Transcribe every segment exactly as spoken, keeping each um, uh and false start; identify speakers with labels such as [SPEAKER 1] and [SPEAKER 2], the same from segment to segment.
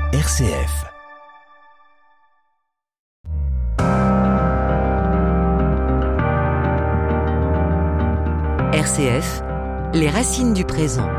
[SPEAKER 1] R C F.
[SPEAKER 2] R C F, les racines du présent.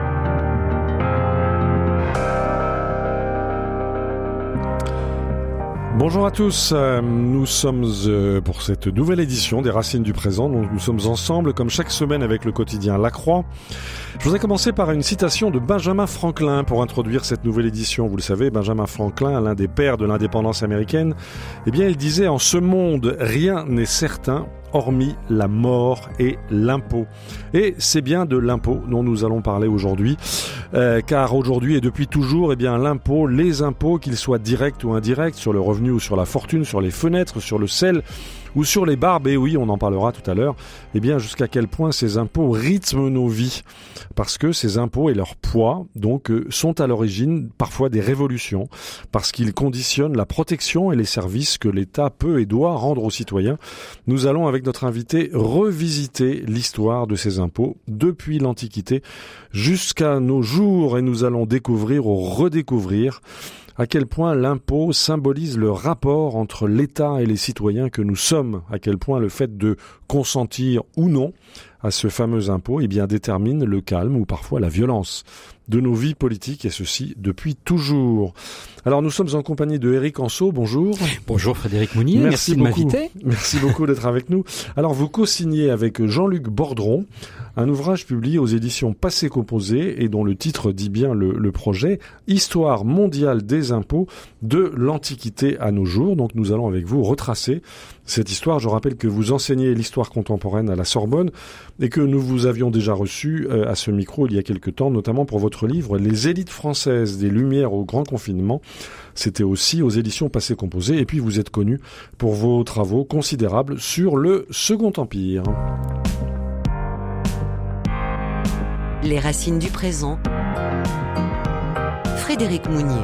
[SPEAKER 3] Bonjour à tous, nous sommes pour cette nouvelle édition des Racines du présent. Nous sommes ensemble comme chaque semaine avec le quotidien La Croix. Je voudrais commencer par une citation de Benjamin Franklin pour introduire cette nouvelle édition. Vous le savez, Benjamin Franklin, l'un des pères de l'indépendance américaine, eh bien il disait « En ce monde, rien n'est certain, hormis la mort et l'impôt ». Et c'est bien de l'impôt dont nous allons parler aujourd'hui, euh, car aujourd'hui et depuis toujours, eh bien l'impôt, les impôts, qu'ils soient directs ou indirects, sur le revenu ou sur la fortune, sur les fenêtres, sur le sel ou sur les barbes, et oui, on en parlera tout à l'heure, eh bien jusqu'à quel point ces impôts rythment nos vies, parce que ces impôts et leur poids, donc, euh, sont à l'origine parfois des révolutions, parce qu'ils conditionnent la protection et les services que l'État peut et doit rendre aux citoyens. Nous allons, avec notre invité, revisiter l'histoire de ces impôts depuis l'Antiquité jusqu'à nos jours, et nous allons découvrir ou redécouvrir à quel point l'impôt symbolise le rapport entre l'État et les citoyens que nous sommes, à quel point le fait de consentir ou non à ce fameux impôt, eh bien, détermine le calme ou parfois la violence de nos vies politiques, et ceci depuis toujours. Alors nous sommes en compagnie de Éric Anceau, bonjour.
[SPEAKER 4] Bonjour Frédéric Mounier, merci, merci de m'inviter.
[SPEAKER 3] Merci beaucoup d'être avec nous. Alors vous co-signez avec Jean-Luc Bordron un ouvrage publié aux éditions Passé Composé et dont le titre dit bien le, le projet, Histoire mondiale des impôts de l'Antiquité à nos jours. Donc nous allons avec vous retracer cette histoire. Je rappelle que vous enseignez l'histoire contemporaine à la Sorbonne et que nous vous avions déjà reçu euh, à ce micro il y a quelque temps, notamment pour votre livre « Les élites françaises des Lumières au grand confinement ». C'était aussi aux éditions Passé Composé. Et puis vous êtes connu pour vos travaux considérables sur le Second Empire.
[SPEAKER 2] Les racines du présent. Frédéric Mounier.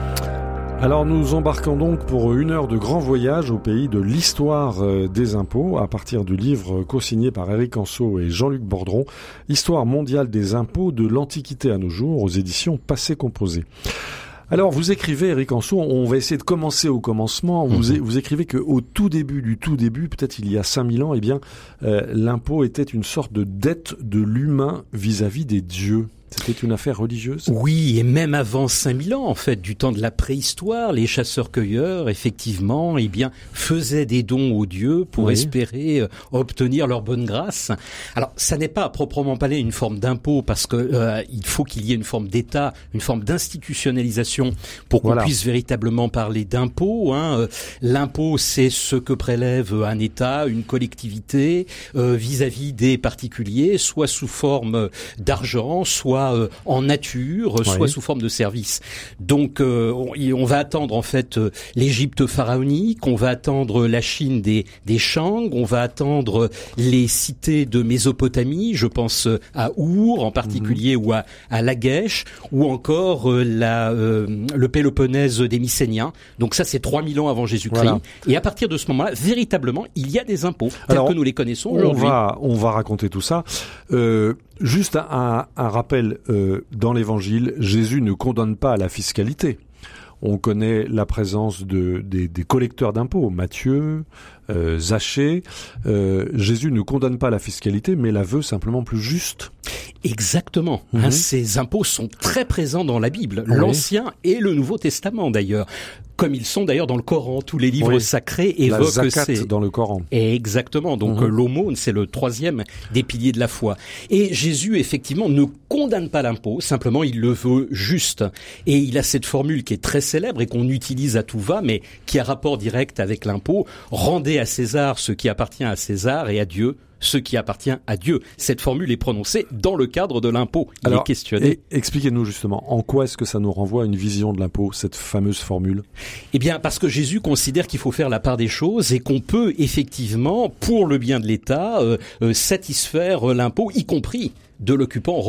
[SPEAKER 3] Alors nous embarquons donc pour une heure de grand voyage au pays de l'histoire des impôts à partir du livre co-signé par Éric Anceau et Jean-Luc Bordron, Histoire mondiale des impôts de l'Antiquité à nos jours aux éditions Passé Composé. Alors vous écrivez, Éric Anceau, on va essayer de commencer au commencement, vous, mmh. vous écrivez qu'au tout début du tout début, peut-être il y a cinq mille ans, eh bien euh, l'impôt était une sorte de dette de l'humain vis-à-vis des dieux. C'était une affaire religieuse ?
[SPEAKER 4] Oui, et même avant cinq mille ans, en fait, du temps de la préhistoire, les chasseurs-cueilleurs, effectivement, eh bien, faisaient des dons aux dieux pour oui. espérer euh, obtenir leur bonne grâce. Alors, ça n'est pas à proprement parler une forme d'impôt, parce que euh, il faut qu'il y ait une forme d'État, une forme d'institutionnalisation pour qu'on voilà. puisse véritablement parler d'impôt. Hein. L'impôt, c'est ce que prélève un État, une collectivité, euh, vis-à-vis des particuliers, soit sous forme d'argent, soit Euh, en nature, oui. soit sous forme de service. Donc euh, on, on va attendre en fait euh, l'Égypte pharaonique, on va attendre la Chine des, des Shang, on va attendre les cités de Mésopotamie, je pense euh, à Our en particulier, mmh. ou à, à Lagash, ou encore euh, la, euh, le Péloponnèse des Mycéniens. Donc ça c'est trois mille ans avant Jésus-Christ. Voilà. Et à partir de ce moment-là, véritablement, il y a des impôts tels Alors, que nous les connaissons aujourd'hui.
[SPEAKER 3] On va, on va raconter tout ça. Euh, Juste un, un rappel, euh, dans l'Évangile, Jésus ne condamne pas à la fiscalité. On connaît la présence de, des, des collecteurs d'impôts, Matthieu, euh, Zachée. Euh, Jésus ne condamne pas la fiscalité, mais la veut simplement plus juste.
[SPEAKER 4] Exactement. Mmh. Hein, ces impôts sont très présents dans la Bible, oui. l'Ancien et le Nouveau Testament d'ailleurs. Comme ils sont d'ailleurs dans le Coran, tous les livres oui. sacrés évoquent
[SPEAKER 3] la zakat
[SPEAKER 4] ces...
[SPEAKER 3] dans le Coran.
[SPEAKER 4] Exactement. Donc mmh. l'aumône, c'est le troisième des piliers de la foi. Et Jésus, effectivement, ne condamne pas l'impôt. Simplement, il le veut juste. Et il a cette formule qui est très célèbre et qu'on utilise à tout va, mais qui a rapport direct avec l'impôt. Rendez à César ce qui appartient à César et à Dieu ce qui appartient à Dieu. Cette formule est prononcée dans le cadre de l'impôt. Il
[SPEAKER 3] Alors,
[SPEAKER 4] est questionné.
[SPEAKER 3] Expliquez-nous justement, en quoi est-ce que ça nous renvoie à une vision de l'impôt, cette fameuse formule ?
[SPEAKER 4] Eh bien, parce que Jésus considère qu'il faut faire la part des choses et qu'on peut effectivement, pour le bien de l'État, euh, euh, satisfaire l'impôt, y compris de l'occupant romain.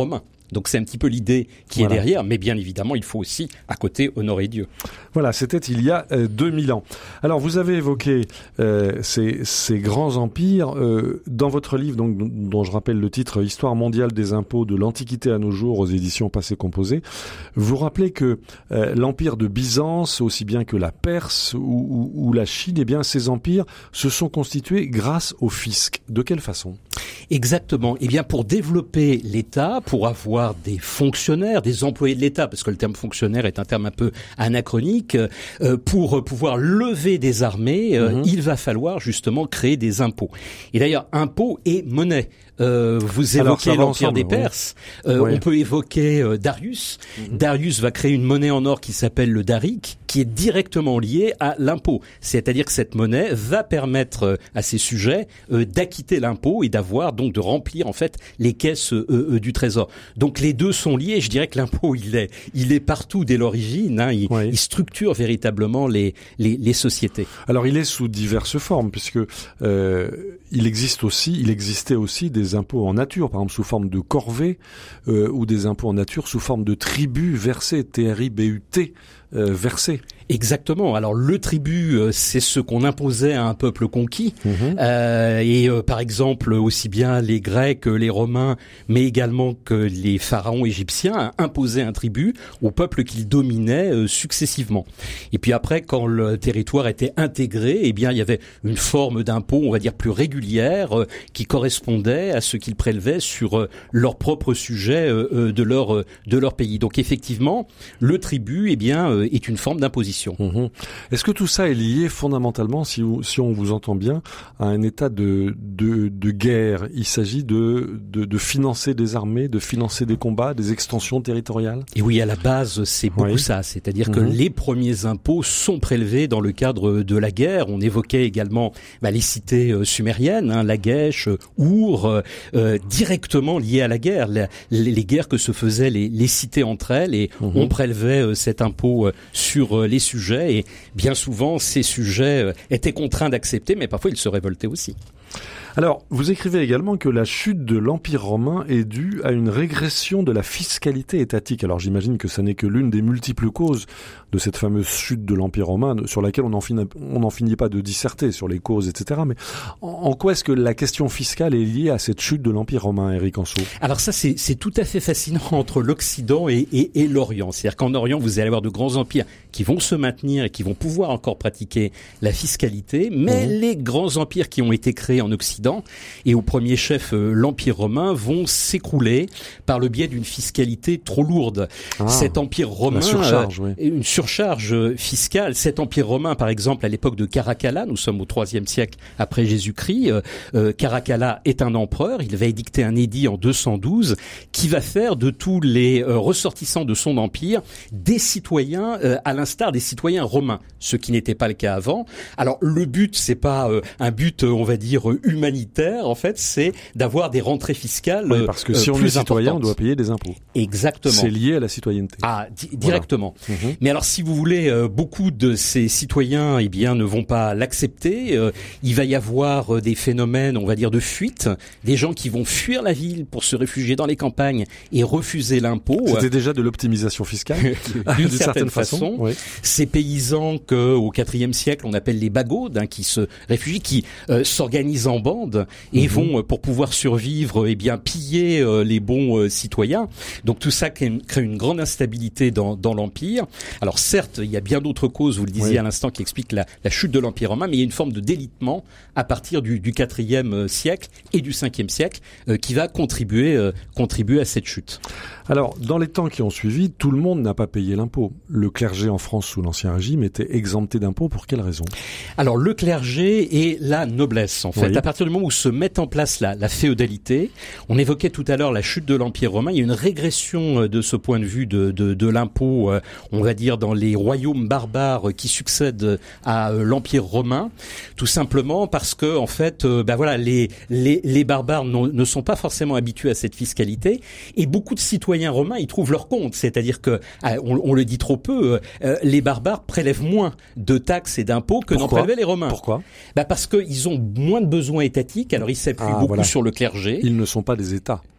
[SPEAKER 4] Donc c'est un petit peu l'idée qui
[SPEAKER 3] voilà.
[SPEAKER 4] est derrière, mais bien évidemment, il faut aussi, à côté, honorer Dieu.
[SPEAKER 3] Voilà, c'était il y a euh, deux mille ans. Alors, vous avez évoqué euh, ces, ces grands empires. Euh, dans votre livre, donc, dont je rappelle le titre « Histoire mondiale des impôts de l'Antiquité à nos jours » aux éditions Passé Composé, vous rappelez que euh, l'empire de Byzance, aussi bien que la Perse ou, ou, ou la Chine, eh bien, ces empires se sont constitués grâce au fisc. De quelle façon ?
[SPEAKER 4] Exactement. Eh bien, pour développer l'État, pour avoir des fonctionnaires, des employés de l'État, parce que le terme fonctionnaire est un terme un peu anachronique, euh, pour pouvoir lever des armées, euh, mmh. il va falloir justement créer des impôts. Et d'ailleurs, impôts et monnaie. Euh, vous évoquez l'Empire ensemble, des Perses. Oui. Euh, oui. On peut évoquer euh, Darius. Mm-hmm. Darius va créer une monnaie en or qui s'appelle le darik, qui est directement liée à l'impôt. C'est-à-dire que cette monnaie va permettre euh, à ses sujets euh, d'acquitter l'impôt et d'avoir donc de remplir en fait les caisses euh, euh, du trésor. Donc les deux sont liés. Je dirais que l'impôt il est il est partout dès l'origine. Hein. Il, oui. il structure véritablement les, les les sociétés.
[SPEAKER 3] Alors il est sous diverses formes puisque euh, il existe aussi il existait aussi des impôts en nature, par exemple sous forme de corvées, euh, ou des impôts en nature sous forme de tribut versés, T R I B U T, euh, versés.
[SPEAKER 4] Exactement. Alors le tribut, euh, c'est ce qu'on imposait à un peuple conquis. Mmh. Euh, et euh, par exemple, aussi bien les Grecs, les Romains, mais également que les pharaons égyptiens imposaient un tribut au peuple qu'ils dominaient euh, successivement. Et puis après, quand le territoire était intégré, eh bien il y avait une forme d'impôt, on va dire plus régulière, euh, qui correspondait à ce qu'ils prélevaient sur euh, leur propre sujet euh, euh, de leur euh, de leur pays. Donc effectivement, le tribut, eh bien, euh, est une forme d'imposition.
[SPEAKER 3] Mmh. Est-ce que tout ça est lié fondamentalement, si, si on vous entend bien, à un état de, de, de guerre ? Il s'agit de, de, de financer des armées, de financer des combats, des extensions territoriales ?
[SPEAKER 4] Et oui, à la base, c'est beaucoup oui. ça. C'est-à-dire mmh. que les premiers impôts sont prélevés dans le cadre de la guerre. On évoquait également bah, les cités euh, sumériennes, hein, Lagash, Our, euh, euh, directement liées à la guerre. La, les, les guerres que se faisaient les, les cités entre elles, et mmh. on prélevait euh, cet impôt euh, sur euh, les sujets, et bien souvent ces sujets étaient contraints d'accepter, mais parfois ils se révoltaient aussi.
[SPEAKER 3] Alors, vous écrivez également que la chute de l'Empire romain est due à une régression de la fiscalité étatique. Alors, j'imagine que ça n'est que l'une des multiples causes de cette fameuse chute de l'Empire romain, sur laquelle on n'en finit, on n'en finit pas de disserter sur les causes, et cetera. Mais en, en quoi est-ce que la question fiscale est liée à cette chute de l'Empire romain, Éric Anceau ?
[SPEAKER 4] Alors ça, c'est, c'est tout à fait fascinant entre l'Occident et, et, et l'Orient. C'est-à-dire qu'en Orient, vous allez avoir de grands empires qui vont se maintenir et qui vont pouvoir encore pratiquer la fiscalité, mais mmh. les grands empires qui ont été créés en Occident, et au premier chef euh, l'Empire romain, vont s'écrouler par le biais d'une fiscalité trop lourde. Ah, cet Empire romain,
[SPEAKER 3] surcharge,
[SPEAKER 4] euh,
[SPEAKER 3] oui.
[SPEAKER 4] une surcharge fiscale. Cet Empire romain, par exemple, à l'époque de Caracalla, nous sommes au troisième siècle après Jésus-Christ, euh, euh, Caracalla est un empereur, il va édicter un édit en deux cent douze qui va faire de tous les euh, ressortissants de son empire des citoyens euh, à l'instar des citoyens romains, ce qui n'était pas le cas avant. Alors le but, c'est pas euh, un but, euh, on va dire, humanitaire. En fait, c'est d'avoir des rentrées fiscales
[SPEAKER 3] oui, parce que si
[SPEAKER 4] euh,
[SPEAKER 3] on
[SPEAKER 4] plus
[SPEAKER 3] est citoyen,
[SPEAKER 4] importantes.
[SPEAKER 3] On doit payer des impôts.
[SPEAKER 4] Exactement.
[SPEAKER 3] C'est lié à la citoyenneté.
[SPEAKER 4] Ah, di- directement.
[SPEAKER 3] Voilà. Mmh.
[SPEAKER 4] Mais alors, si vous voulez, euh, beaucoup de ces citoyens, eh bien, ne vont pas l'accepter. Euh, il va y avoir euh, des phénomènes, on va dire, de fuite, des gens qui vont fuir la ville pour se réfugier dans les campagnes et refuser l'impôt.
[SPEAKER 3] C'était déjà de l'optimisation fiscale,
[SPEAKER 4] d'une certaine, certaine façon.
[SPEAKER 3] façon. Oui.
[SPEAKER 4] Ces paysans que, au quatrième siècle, on appelle les bagaudes, hein, qui se réfugient, qui euh, s'organisent en bande et mmh. vont, pour pouvoir survivre, eh bien piller euh, les bons euh, citoyens. Donc tout ça crée une, crée une grande instabilité dans, dans l'Empire. Alors certes, il y a bien d'autres causes, vous le disiez oui. à l'instant, qui expliquent la, la chute de l'Empire romain, mais il y a une forme de délitement à partir du, du quatrième siècle et du cinquième siècle euh, qui va contribuer, euh, contribuer à cette chute.
[SPEAKER 3] Alors, dans les temps qui ont suivi, tout le monde n'a pas payé l'impôt. Le clergé en France sous l'Ancien Régime était exempté d'impôt pour quelle raison ?
[SPEAKER 4] Alors, le clergé et la noblesse, en fait. Oui. À partir du moment où se met en place la, la féodalité, on évoquait tout à l'heure la chute de l'Empire romain, il y a une régression de ce point de vue de, de, de l'impôt, euh, on va dire, dans les royaumes barbares qui succèdent à euh, l'Empire romain, tout simplement parce que, en fait, euh, ben voilà, les, les, les barbares ne sont pas forcément habitués à cette fiscalité, et beaucoup de citoyens romains y trouvent leur compte, c'est-à-dire que, on, on le dit trop peu, euh, les barbares prélèvent moins de taxes et d'impôts que n'en prélevaient les Romains.
[SPEAKER 3] Pourquoi ?
[SPEAKER 4] Bah parce qu'ils ont moins de besoins étatiques, alors ils s'appuient ah, beaucoup
[SPEAKER 3] voilà.
[SPEAKER 4] sur le clergé.
[SPEAKER 3] Ils ne sont pas des États.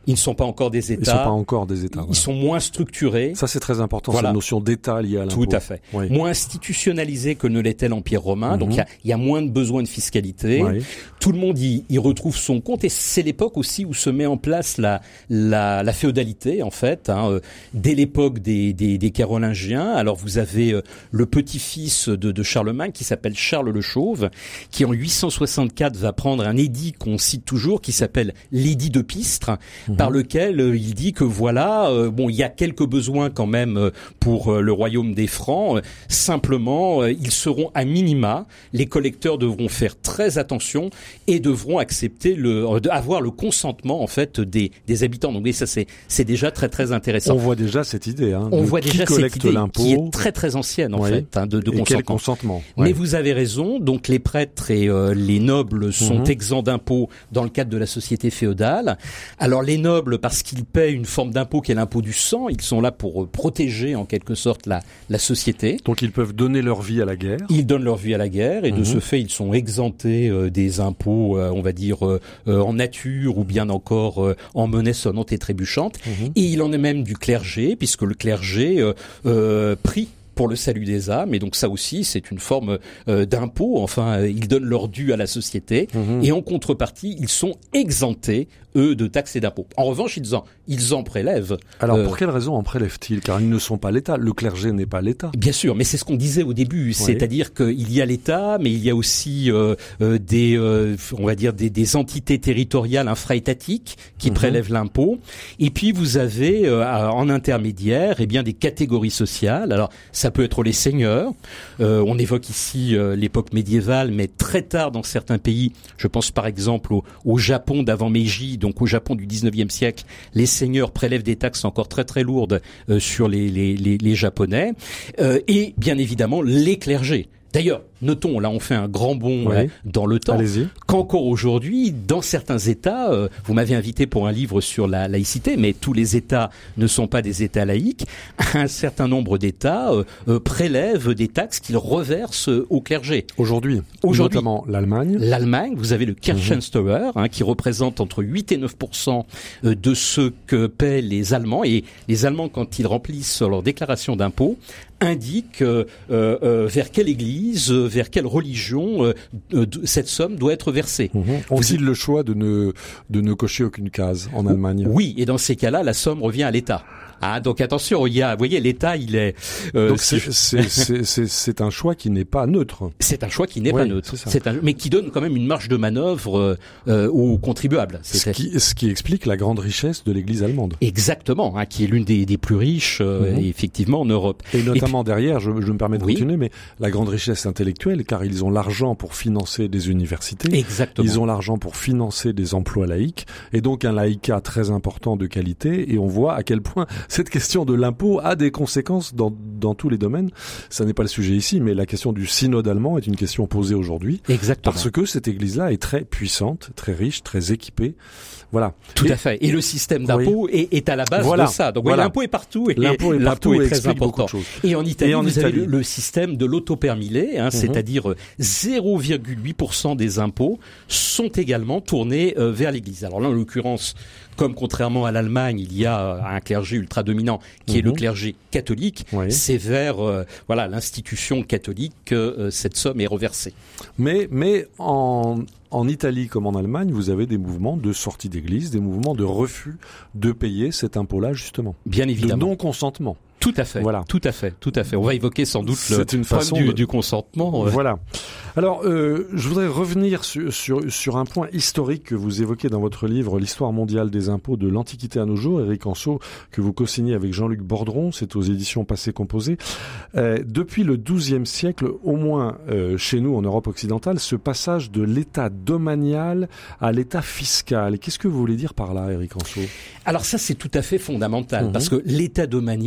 [SPEAKER 4] Ils ne sont pas encore des États.
[SPEAKER 3] Ils ne sont pas encore des États.
[SPEAKER 4] Ils
[SPEAKER 3] voilà.
[SPEAKER 4] sont moins structurés.
[SPEAKER 3] Ça, c'est très important,
[SPEAKER 4] voilà.
[SPEAKER 3] cette notion d'État liée à l'impôt.
[SPEAKER 4] Tout à fait.
[SPEAKER 3] Oui.
[SPEAKER 4] Moins institutionnalisé que ne l'était l'Empire romain. Mm-hmm. Donc, il y a, y a moins de besoin de fiscalité. Oui. Tout le monde y, y retrouve son compte. Et c'est l'époque aussi où se met en place la, la, la féodalité, en fait. Hein, euh, dès l'époque des, des, des Carolingiens. Alors, vous avez euh, le petit-fils de, de Charlemagne qui s'appelle Charles le Chauve, qui en huit cent soixante-quatre va prendre un édit qu'on cite toujours, qui s'appelle l'édit de Pistre, mmh. par lequel euh, il dit que voilà, euh, bon, il y a quelques besoins quand même euh, pour euh, le royaume des Francs. Euh, simplement, euh, ils seront à minima. Les collecteurs devront faire très attention et devront accepter le, euh, avoir le consentement en fait des, des habitants. Donc, ça c'est c'est déjà très très intéressant.
[SPEAKER 3] On voit déjà cette idée. Hein,
[SPEAKER 4] On
[SPEAKER 3] de
[SPEAKER 4] voit
[SPEAKER 3] qui
[SPEAKER 4] déjà
[SPEAKER 3] collecte
[SPEAKER 4] cette idée
[SPEAKER 3] l'impôt.
[SPEAKER 4] Qui est très très ancienne en
[SPEAKER 3] oui.
[SPEAKER 4] fait, hein, de, de
[SPEAKER 3] et
[SPEAKER 4] consentement.
[SPEAKER 3] Quel consentement.
[SPEAKER 4] Mais
[SPEAKER 3] oui.
[SPEAKER 4] vous avez raison. Donc, les prêtres et euh, les nobles sont mmh. exempts d'impôts dans le cadre de la société féodale. Alors les nobles, parce qu'ils paient une forme d'impôt qui est l'impôt du sang, ils sont là pour euh, protéger en quelque sorte la, la société.
[SPEAKER 3] Donc ils peuvent donner leur vie à la guerre.
[SPEAKER 4] Ils donnent leur vie à la guerre et mmh. de ce fait ils sont exemptés euh, des impôts, euh, on va dire euh, euh, en nature ou bien encore euh, en monnaie sonnante et trébuchante. Mmh. Et il en est même du clergé, puisque le clergé euh, euh, prie pour le salut des âmes, et donc ça aussi c'est une forme euh, d'impôt. Enfin, euh, ils donnent leur dû à la société, mmh. et en contrepartie ils sont exemptés eux de taxes et d'impôts. En revanche, ils en ils en prélèvent.
[SPEAKER 3] Alors
[SPEAKER 4] euh,
[SPEAKER 3] pour quelle raison en prélèvent-ils? Car ils ne sont pas l'État. Le clergé n'est pas l'État.
[SPEAKER 4] Bien sûr, mais c'est ce qu'on disait au début, oui. C'est-à-dire qu'il y a l'État, mais il y a aussi euh, euh, des euh, on va dire des, des entités territoriales infra-étatiques qui mmh. prélèvent l'impôt. Et puis vous avez euh, en intermédiaire, eh bien des catégories sociales. Alors ça peut être les seigneurs. Euh, on évoque ici euh, l'époque médiévale, mais très tard dans certains pays. Je pense par exemple au, au Japon d'avant Meiji, donc au Japon du dix-neuvième siècle, les seigneurs prélèvent des taxes encore très très lourdes euh, sur les, les, les, les Japonais. Euh, et bien évidemment les clergés. D'ailleurs, notons, là on fait un grand bond
[SPEAKER 3] oui.
[SPEAKER 4] euh, dans le temps,
[SPEAKER 3] Allez-y.
[SPEAKER 4] qu'encore aujourd'hui, dans certains États, euh, vous m'avez invité pour un livre sur la laïcité, mais tous les États ne sont pas des États laïques, un certain nombre d'États euh, euh, prélèvent des taxes qu'ils reversent euh, au clergé.
[SPEAKER 3] Aujourd'hui,
[SPEAKER 4] aujourd'hui
[SPEAKER 3] notamment l'Allemagne.
[SPEAKER 4] L'Allemagne, vous avez le Kirchensteuer, mmh. hein, qui représente entre huit et neuf pour cent de ce que paient les Allemands, et les Allemands, quand ils remplissent leur déclaration d'impôt, indiquent euh, euh, vers quelle église, euh, vers quelle religion euh, euh, cette somme doit être versée.
[SPEAKER 3] Mmh. Ont-ils le choix de ne de ne cocher aucune case en Allemagne?
[SPEAKER 4] Oui, et dans ces cas-là, la somme revient à l'État. Ah, donc attention, il y a, vous voyez, l'État, il est.
[SPEAKER 3] Euh, donc c'est, c'est, c'est, c'est, c'est un choix qui n'est pas neutre.
[SPEAKER 4] C'est un choix qui n'est
[SPEAKER 3] oui,
[SPEAKER 4] pas neutre.
[SPEAKER 3] C'est,
[SPEAKER 4] c'est un, mais qui donne quand même une marge de manœuvre euh, aux contribuables.
[SPEAKER 3] Ce qui, ce qui explique la grande richesse de l'Église allemande.
[SPEAKER 4] Exactement, hein, qui est l'une des, des plus riches, euh, mm-hmm. effectivement, en Europe.
[SPEAKER 3] Et notamment Et puis, derrière, je, je me permets de
[SPEAKER 4] oui.
[SPEAKER 3] continuer, mais la grande richesse intellectuelle, car ils ont l'argent pour financer des universités.
[SPEAKER 4] Exactement.
[SPEAKER 3] Ils ont l'argent pour financer des emplois laïques, et donc un laïcat très important de qualité. Et on voit à quel point cette question de l'impôt a des conséquences dans, dans tous les domaines. Ça n'est pas le sujet ici, mais la question du synode allemand est une question posée aujourd'hui.
[SPEAKER 4] Exactement.
[SPEAKER 3] Parce que cette église-là est très puissante, très riche, très équipée. Voilà.
[SPEAKER 4] Tout
[SPEAKER 3] et,
[SPEAKER 4] à fait. Et le système d'impôt oui. est, est à la base
[SPEAKER 3] voilà.
[SPEAKER 4] de ça. Donc
[SPEAKER 3] voilà.
[SPEAKER 4] oui, l'impôt est partout et
[SPEAKER 3] l'impôt est,
[SPEAKER 4] l'impôt
[SPEAKER 3] partout
[SPEAKER 4] est
[SPEAKER 3] et
[SPEAKER 4] très important.
[SPEAKER 3] Et
[SPEAKER 4] en Italie,
[SPEAKER 3] et en
[SPEAKER 4] vous
[SPEAKER 3] Italie.
[SPEAKER 4] avez le, le système de l'auto-permilé, hein, mm-hmm. c'est-à-dire zéro virgule huit pour cent des impôts sont également tournés euh, vers l'Église. Alors là, en l'occurrence, comme contrairement à l'Allemagne, il y a un clergé ultra dominant qui mmh. est le clergé catholique. Oui. C'est vers euh, voilà l'institution catholique que euh, cette somme est reversée.
[SPEAKER 3] Mais mais en en Italie comme en Allemagne, vous avez des mouvements de sortie d'église, des mouvements de refus de payer cet impôt-là justement.
[SPEAKER 4] Bien évidemment.
[SPEAKER 3] De non-consentement.
[SPEAKER 4] Tout à fait. Voilà. Tout à fait. Tout à fait. On va évoquer sans doute
[SPEAKER 3] C'est
[SPEAKER 4] le
[SPEAKER 3] une façon
[SPEAKER 4] du,
[SPEAKER 3] de...
[SPEAKER 4] du consentement.
[SPEAKER 3] Ouais. Voilà. Alors, euh, je voudrais revenir sur, sur sur un point historique que vous évoquez dans votre livre, l'histoire mondiale des impôts de l'Antiquité à nos jours, Éric Anceau, que vous co-signez avec Jean-Luc Bordron. C'est aux éditions Passé Composé. Euh, depuis le douzième siècle, au moins euh, chez nous en Europe occidentale, ce passage de l'État domanial à l'État fiscal. Qu'est-ce que vous voulez dire par là, Éric Anceau ?
[SPEAKER 4] Alors ça, c'est tout à fait fondamental, mmh. parce que l'État domanial,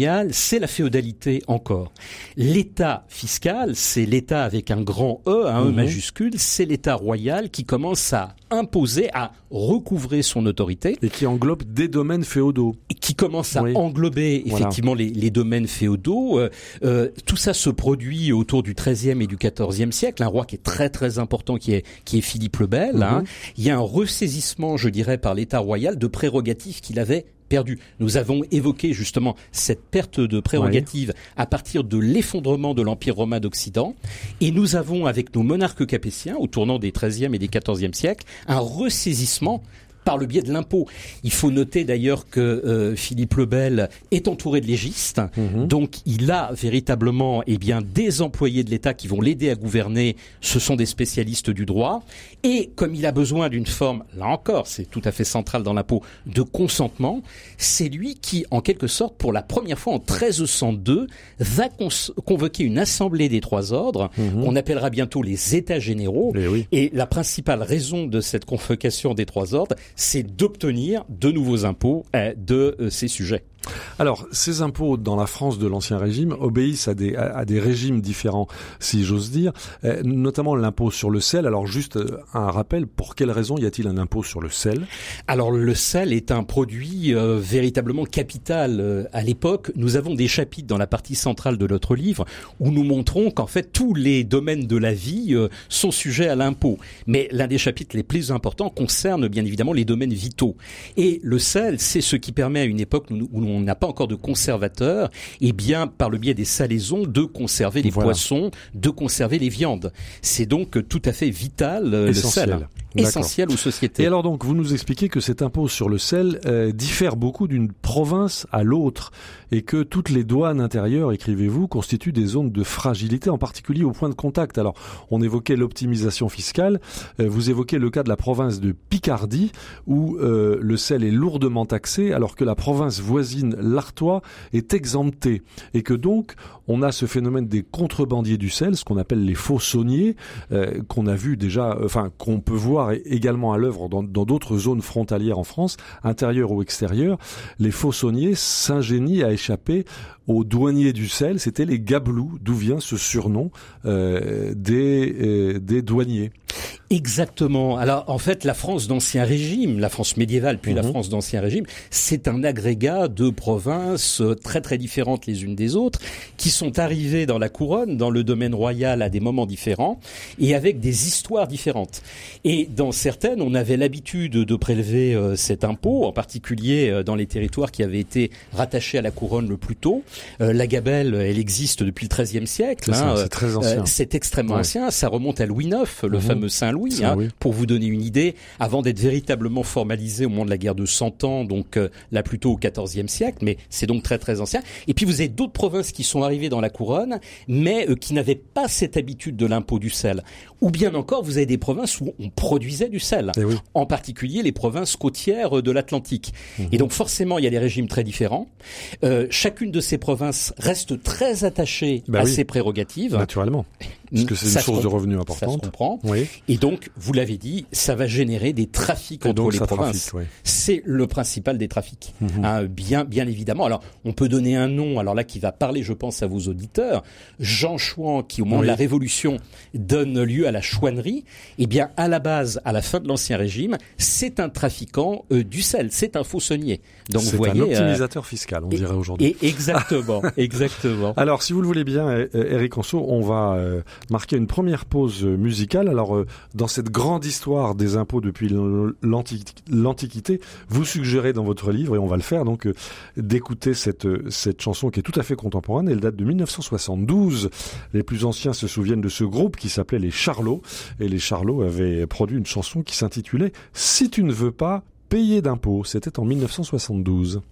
[SPEAKER 4] c'est la féodalité encore. L'État fiscal, c'est l'État avec un grand E, un E mmh. majuscule, c'est l'État royal qui commence à imposer, à recouvrer son autorité.
[SPEAKER 3] Et qui englobe des domaines féodaux.
[SPEAKER 4] Et qui commence à
[SPEAKER 3] oui.
[SPEAKER 4] englober effectivement
[SPEAKER 3] voilà.
[SPEAKER 4] les, les domaines féodaux. Euh, euh, tout ça se produit autour du treizième et du quatorzième siècle. Un roi qui est très très important, qui est, qui est Philippe le Bel. Mmh. Hein. Il y a un ressaisissement, je dirais, par l'État royal de prérogatives qu'il avait perdu. Nous avons évoqué justement cette perte de prérogatives oui. à partir de l'effondrement de l'Empire romain d'Occident, et nous avons avec nos monarques capétiens, au tournant des treizième et des quatorzième siècles, un ressaisissement par le biais de l'impôt. Il faut noter d'ailleurs que euh, Philippe le Bel est entouré de légistes, mmh. donc il a véritablement eh bien des employés de l'État qui vont l'aider à gouverner. Ce sont des spécialistes du droit, et comme il a besoin d'une forme, là encore, c'est tout à fait central dans l'impôt, de consentement, c'est lui qui, en quelque sorte, pour la première fois en treize cent deux, va cons- convoquer une assemblée des trois ordres, mmh. qu'on appellera bientôt les États généraux,
[SPEAKER 3] et, oui.
[SPEAKER 4] et la principale raison de cette convocation des trois ordres, c'est d'obtenir de nouveaux impôts euh, de euh, ces sujets.
[SPEAKER 3] Alors, ces impôts dans la France de l'Ancien Régime obéissent à des, à, à des régimes différents, si j'ose dire, euh, notamment l'impôt sur le sel. Alors, juste un rappel, pour quelle raison y a-t-il un impôt sur le sel ?
[SPEAKER 4] Alors, le sel est un produit euh, véritablement capital euh, à l'époque. Nous avons des chapitres dans la partie centrale de notre livre où nous montrons qu'en fait, tous les domaines de la vie euh, sont sujets à l'impôt. Mais l'un des chapitres les plus importants concerne bien évidemment les domaines vitaux. Et le sel, c'est ce qui permet à une époque où, où on n'a pas encore de conservateur, et bien par le biais des salaisons de conserver les voilà. poissons, de conserver les viandes. C'est donc tout à fait vital euh,
[SPEAKER 3] essentiel.
[SPEAKER 4] le sel. Essentiel aux sociétés.
[SPEAKER 3] Et alors donc, vous nous expliquez que cet impôt sur le sel euh, diffère beaucoup d'une province à l'autre, et que toutes les douanes intérieures, écrivez-vous, constituent des zones de fragilité, en particulier au point de contact. Alors, on évoquait l'optimisation fiscale, euh, vous évoquez le cas de la province de Picardie, où euh, le sel est lourdement taxé, alors que la province voisine, l'Artois, est exemptée, et que donc, on a ce phénomène des contrebandiers du sel, ce qu'on appelle les faux sauniers, euh, qu'on a vu déjà, enfin, qu'on peut voir également à l'œuvre dans, dans d'autres zones frontalières en France, intérieures ou extérieures. Les faux sauniers s'ingénient à échapper aux douaniers du sel. C'était les gabelous, d'où vient ce surnom euh, des, euh, des douaniers.
[SPEAKER 4] Exactement. Alors, en fait, la France d'Ancien Régime, la France médiévale puis mmh. la France d'Ancien Régime, c'est un agrégat de provinces très très différentes les unes des autres, qui sont arrivées dans la couronne, dans le domaine royal à des moments différents, et avec des histoires différentes. Et dans certaines, on avait l'habitude de prélever euh, cet impôt, en particulier euh, dans les territoires qui avaient été rattachés à la couronne le plus tôt. Euh, la gabelle, elle existe depuis le treizième siècle.
[SPEAKER 3] C'est,
[SPEAKER 4] hein,
[SPEAKER 3] ça, c'est très ancien.
[SPEAKER 4] Euh, c'est extrêmement ouais. ancien. Ça remonte à Louis neuf, le mmh. fameux Saint-Louis. Hein, oui. Pour vous donner une idée, avant d'être véritablement formalisé au moment de la guerre de Cent Ans, donc euh, là plutôt au quatorzième siècle, mais c'est donc très très ancien. Et puis vous avez d'autres provinces qui sont arrivées dans la couronne, mais euh, qui n'avaient pas cette habitude de l'impôt du sel. Ou bien encore, vous avez des provinces où on produisait du sel,
[SPEAKER 3] oui.
[SPEAKER 4] en particulier les provinces côtières de l'Atlantique. Mmh. Et donc forcément, il y a des régimes très différents. Euh, chacune de ces provinces reste très attachée bah à oui. ses prérogatives.
[SPEAKER 3] Naturellement. Parce que c'est une
[SPEAKER 4] ça
[SPEAKER 3] source
[SPEAKER 4] se,
[SPEAKER 3] de revenus importante.
[SPEAKER 4] Ça se comprend.
[SPEAKER 3] Oui.
[SPEAKER 4] Et donc, vous l'avez dit, ça va générer des trafics
[SPEAKER 3] et
[SPEAKER 4] entre
[SPEAKER 3] donc,
[SPEAKER 4] les
[SPEAKER 3] ça
[SPEAKER 4] provinces.
[SPEAKER 3] Trafique, oui.
[SPEAKER 4] C'est le principal des trafics.
[SPEAKER 3] Mmh.
[SPEAKER 4] Hein, bien, bien évidemment. Alors, on peut donner un nom, alors là, qui va parler, je pense, à vos auditeurs. Jean Chouan, qui au moment oui. de la Révolution donne lieu à la chouannerie. Eh bien, à la base, à la fin de l'Ancien Régime, c'est un trafiquant euh, du sel. C'est un faussonnier. Donc,
[SPEAKER 3] c'est
[SPEAKER 4] vous voyez,
[SPEAKER 3] un optimisateur euh, fiscal, on
[SPEAKER 4] et,
[SPEAKER 3] dirait aujourd'hui.
[SPEAKER 4] Et exactement, exactement.
[SPEAKER 3] Alors, si vous le voulez bien, Éric Anceau, on va euh, marquer une première pause musicale. Alors, euh, dans cette grande histoire des impôts depuis l'antiquité, l'antiquité, vous suggérez dans votre livre, et on va le faire, donc, euh, d'écouter cette, cette chanson qui est tout à fait contemporaine. Elle date de mille neuf cent soixante-douze. Les plus anciens se souviennent de ce groupe qui s'appelait les Charlots. Et les Charlots avaient produit une chanson qui s'intitulait « Si tu ne veux pas payer d'impôts ». C'était en mille neuf cent soixante-douze.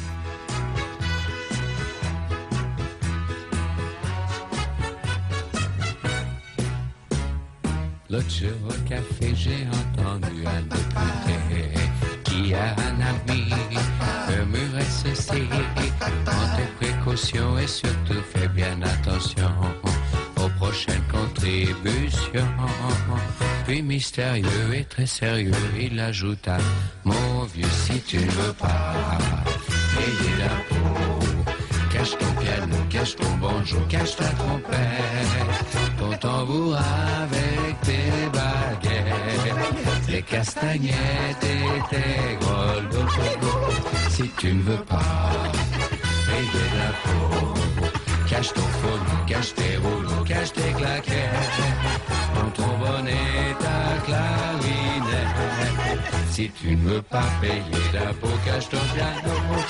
[SPEAKER 1] L'autre jour au café, j'ai entendu un député qui a un ami murmurait ceci. Prends tes précautions et surtout fais bien attention aux prochaines contributions. Puis mystérieux et très sérieux, il ajouta: mon vieux, si tu ne veux pas payer d'impôts, car Cache ton piano, cache ton banjo, cache ta trompette, ton tambour avec tes baguettes, tes castagnettes et tes grelots. Si tu ne veux pas payer de l'impôt, cache ton phono, cache tes rouleaux, cache tes claquettes, ton trombone et ta clarinette. Si tu ne veux pas payer d'impôt, cache ton piano.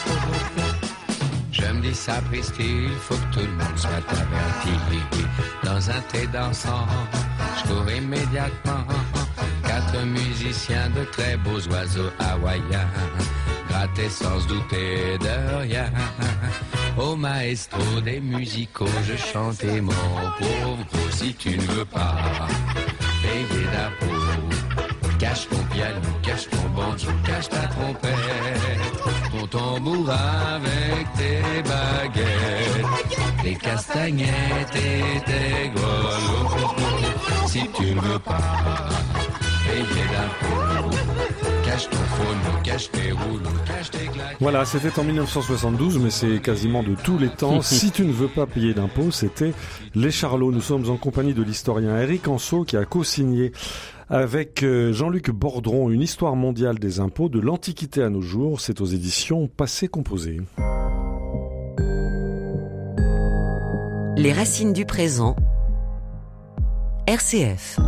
[SPEAKER 1] Je me dis sapristi, il faut que tout le monde soit averti. Dans un thé dansant, je cours immédiatement. Quatre musiciens de très beaux oiseaux hawaïens, grattés sans se douter de rien. Au maestro des musicaux, je chantais mon pauvre. Si tu ne veux pas payer d'impôt, cache ton piano, cache ton banjo, cache ta trompette, ton tambour avec tes baguettes, tes castagnettes et tes grelots. Si tu ne veux pas payer d'impôt, cache ton phono, cache tes rouleaux, cache tes claquettes.
[SPEAKER 3] Voilà, c'était en dix-neuf cent soixante-douze, mais c'est quasiment de tous les temps. Si tu ne veux pas payer d'impôts, c'était Les Charlots. Nous sommes en compagnie de l'historien Éric Anseau qui a co-signé avec Jean-Luc Bordron une histoire mondiale des impôts de l'Antiquité à nos jours. C'est aux éditions Passé Composé.
[SPEAKER 2] Les racines du présent. R C F.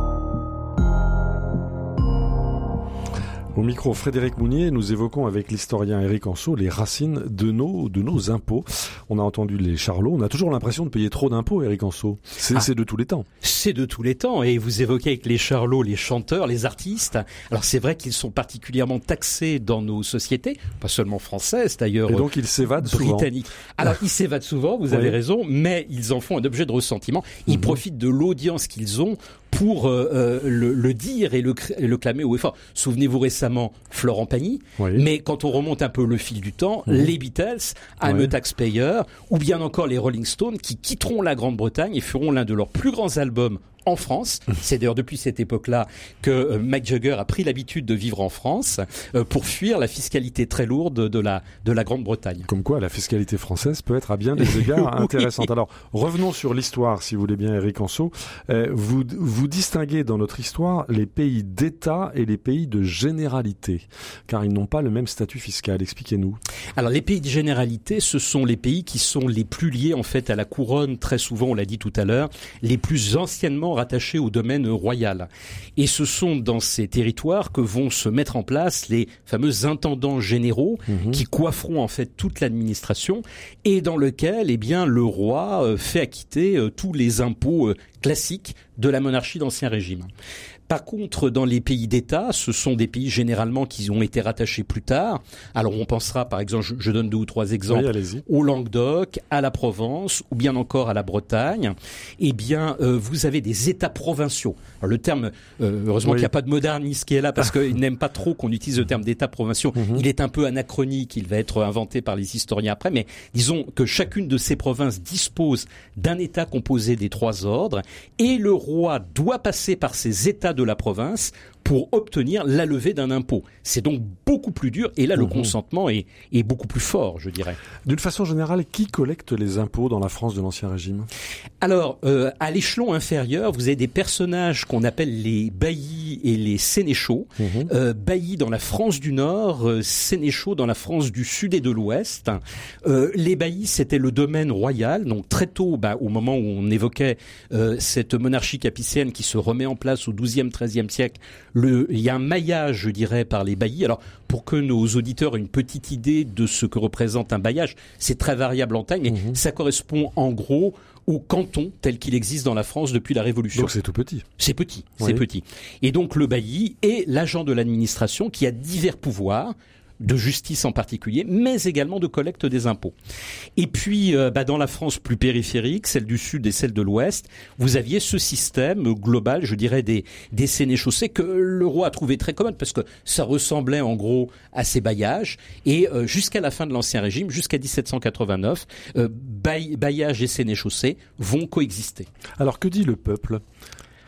[SPEAKER 3] Au micro, Frédéric Mounier, nous évoquons avec l'historien Éric Anseau les racines de nos, de nos impôts. On a entendu les Charlots, on a toujours l'impression de payer trop d'impôts, Éric Anseau. C'est, ah, c'est de tous les temps.
[SPEAKER 4] C'est de tous les temps, et vous évoquez avec les Charlots les chanteurs, les artistes. Alors c'est vrai qu'ils sont particulièrement taxés dans nos sociétés, pas seulement françaises d'ailleurs.
[SPEAKER 3] Et donc ils s'évadent souvent.
[SPEAKER 4] Britanniques. Alors ils s'évadent souvent, vous avez oui. raison, mais ils en font un objet de ressentiment. Ils mmh. profitent de l'audience qu'ils ont pour euh, le, le dire et le, et le clamer haut et fort. Souvenez-vous récemment Florent Pagny, oui. mais quand on remonte un peu le fil du temps, mmh. les Beatles, I'm oui. a Taxpayer, ou bien encore les Rolling Stones qui quitteront la Grande-Bretagne et feront l'un de leurs plus grands albums en France. C'est d'ailleurs depuis cette époque-là que euh, Mick Jagger a pris l'habitude de vivre en France euh, pour fuir la fiscalité très lourde de la de la Grande-Bretagne.
[SPEAKER 3] Comme quoi, la fiscalité française peut être à bien des égards oui. intéressante. Alors, revenons sur l'histoire, si vous voulez bien, Éric Anseau. Euh, vous vous distinguez dans notre histoire les pays d'État et les pays de généralité, car ils n'ont pas le même statut fiscal. Expliquez-nous.
[SPEAKER 4] Alors, les pays de généralité, ce sont les pays qui sont les plus liés en fait à la couronne. Très souvent, on l'a dit tout à l'heure, les plus anciennement rattachés au domaine royal. Et ce sont dans ces territoires que vont se mettre en place les fameux intendants généraux mmh. qui coifferont en fait toute l'administration et dans lequel eh bien le roi euh, fait acquitter euh, tous les impôts euh, classiques de la monarchie d'Ancien Régime. Par contre, dans les pays d'État, ce sont des pays généralement qui ont été rattachés plus tard. Alors on pensera, par exemple, je, je donne deux ou trois exemples,
[SPEAKER 3] oui,
[SPEAKER 4] au Languedoc, à la Provence, ou bien encore à la Bretagne. Eh bien, euh, vous avez des États provinciaux. Alors, le terme, euh, heureusement oui. qu'il n'y a pas de moderniste qui est là, parce qu'il n'aime pas trop qu'on utilise le terme d'États provinciaux. Mm-hmm. Il est un peu anachronique, il va être inventé par les historiens après, mais disons que chacune de ces provinces dispose d'un État composé des trois ordres, et le roi doit passer par ces États de la province pour obtenir la levée d'un impôt. C'est donc beaucoup plus dur et là, mmh. le consentement est, est beaucoup plus fort, je dirais.
[SPEAKER 3] D'une façon générale, qui collecte les impôts dans la France de l'Ancien Régime ?
[SPEAKER 4] Alors, euh, à l'échelon inférieur, vous avez des personnages qu'on appelle les baillis et les sénéchaux. Mmh. Euh, baillis dans la France du Nord, euh, sénéchaux dans la France du Sud et de l'Ouest. Euh, les baillis, c'était le domaine royal. Donc très tôt, bah, au moment où on évoquait euh, cette monarchie capétienne qui se remet en place au douzième, treizième siècle, Le, il y a un maillage, je dirais, par les baillis. Alors, pour que nos auditeurs aient une petite idée de ce que représente un bailliage, c'est très variable en taille, mais mmh. ça correspond en gros au canton tel qu'il existe dans la France depuis la Révolution.
[SPEAKER 3] Donc c'est tout petit.
[SPEAKER 4] C'est petit,
[SPEAKER 3] oui.
[SPEAKER 4] c'est petit. Et donc le bailli est l'agent de l'administration qui a divers pouvoirs, de justice en particulier, mais également de collecte des impôts. Et puis, euh, bah, dans la France plus périphérique, celle du Sud et celle de l'Ouest, vous aviez ce système global, je dirais, des, des sénéchaussées que le roi a trouvé très commode parce que ça ressemblait en gros à ces bailliages. Et euh, jusqu'à la fin de l'Ancien Régime, jusqu'à dix-sept cent quatre-vingt-neuf, euh, bail, bailliage et sénéchaussées vont coexister.
[SPEAKER 3] Alors que dit le peuple ?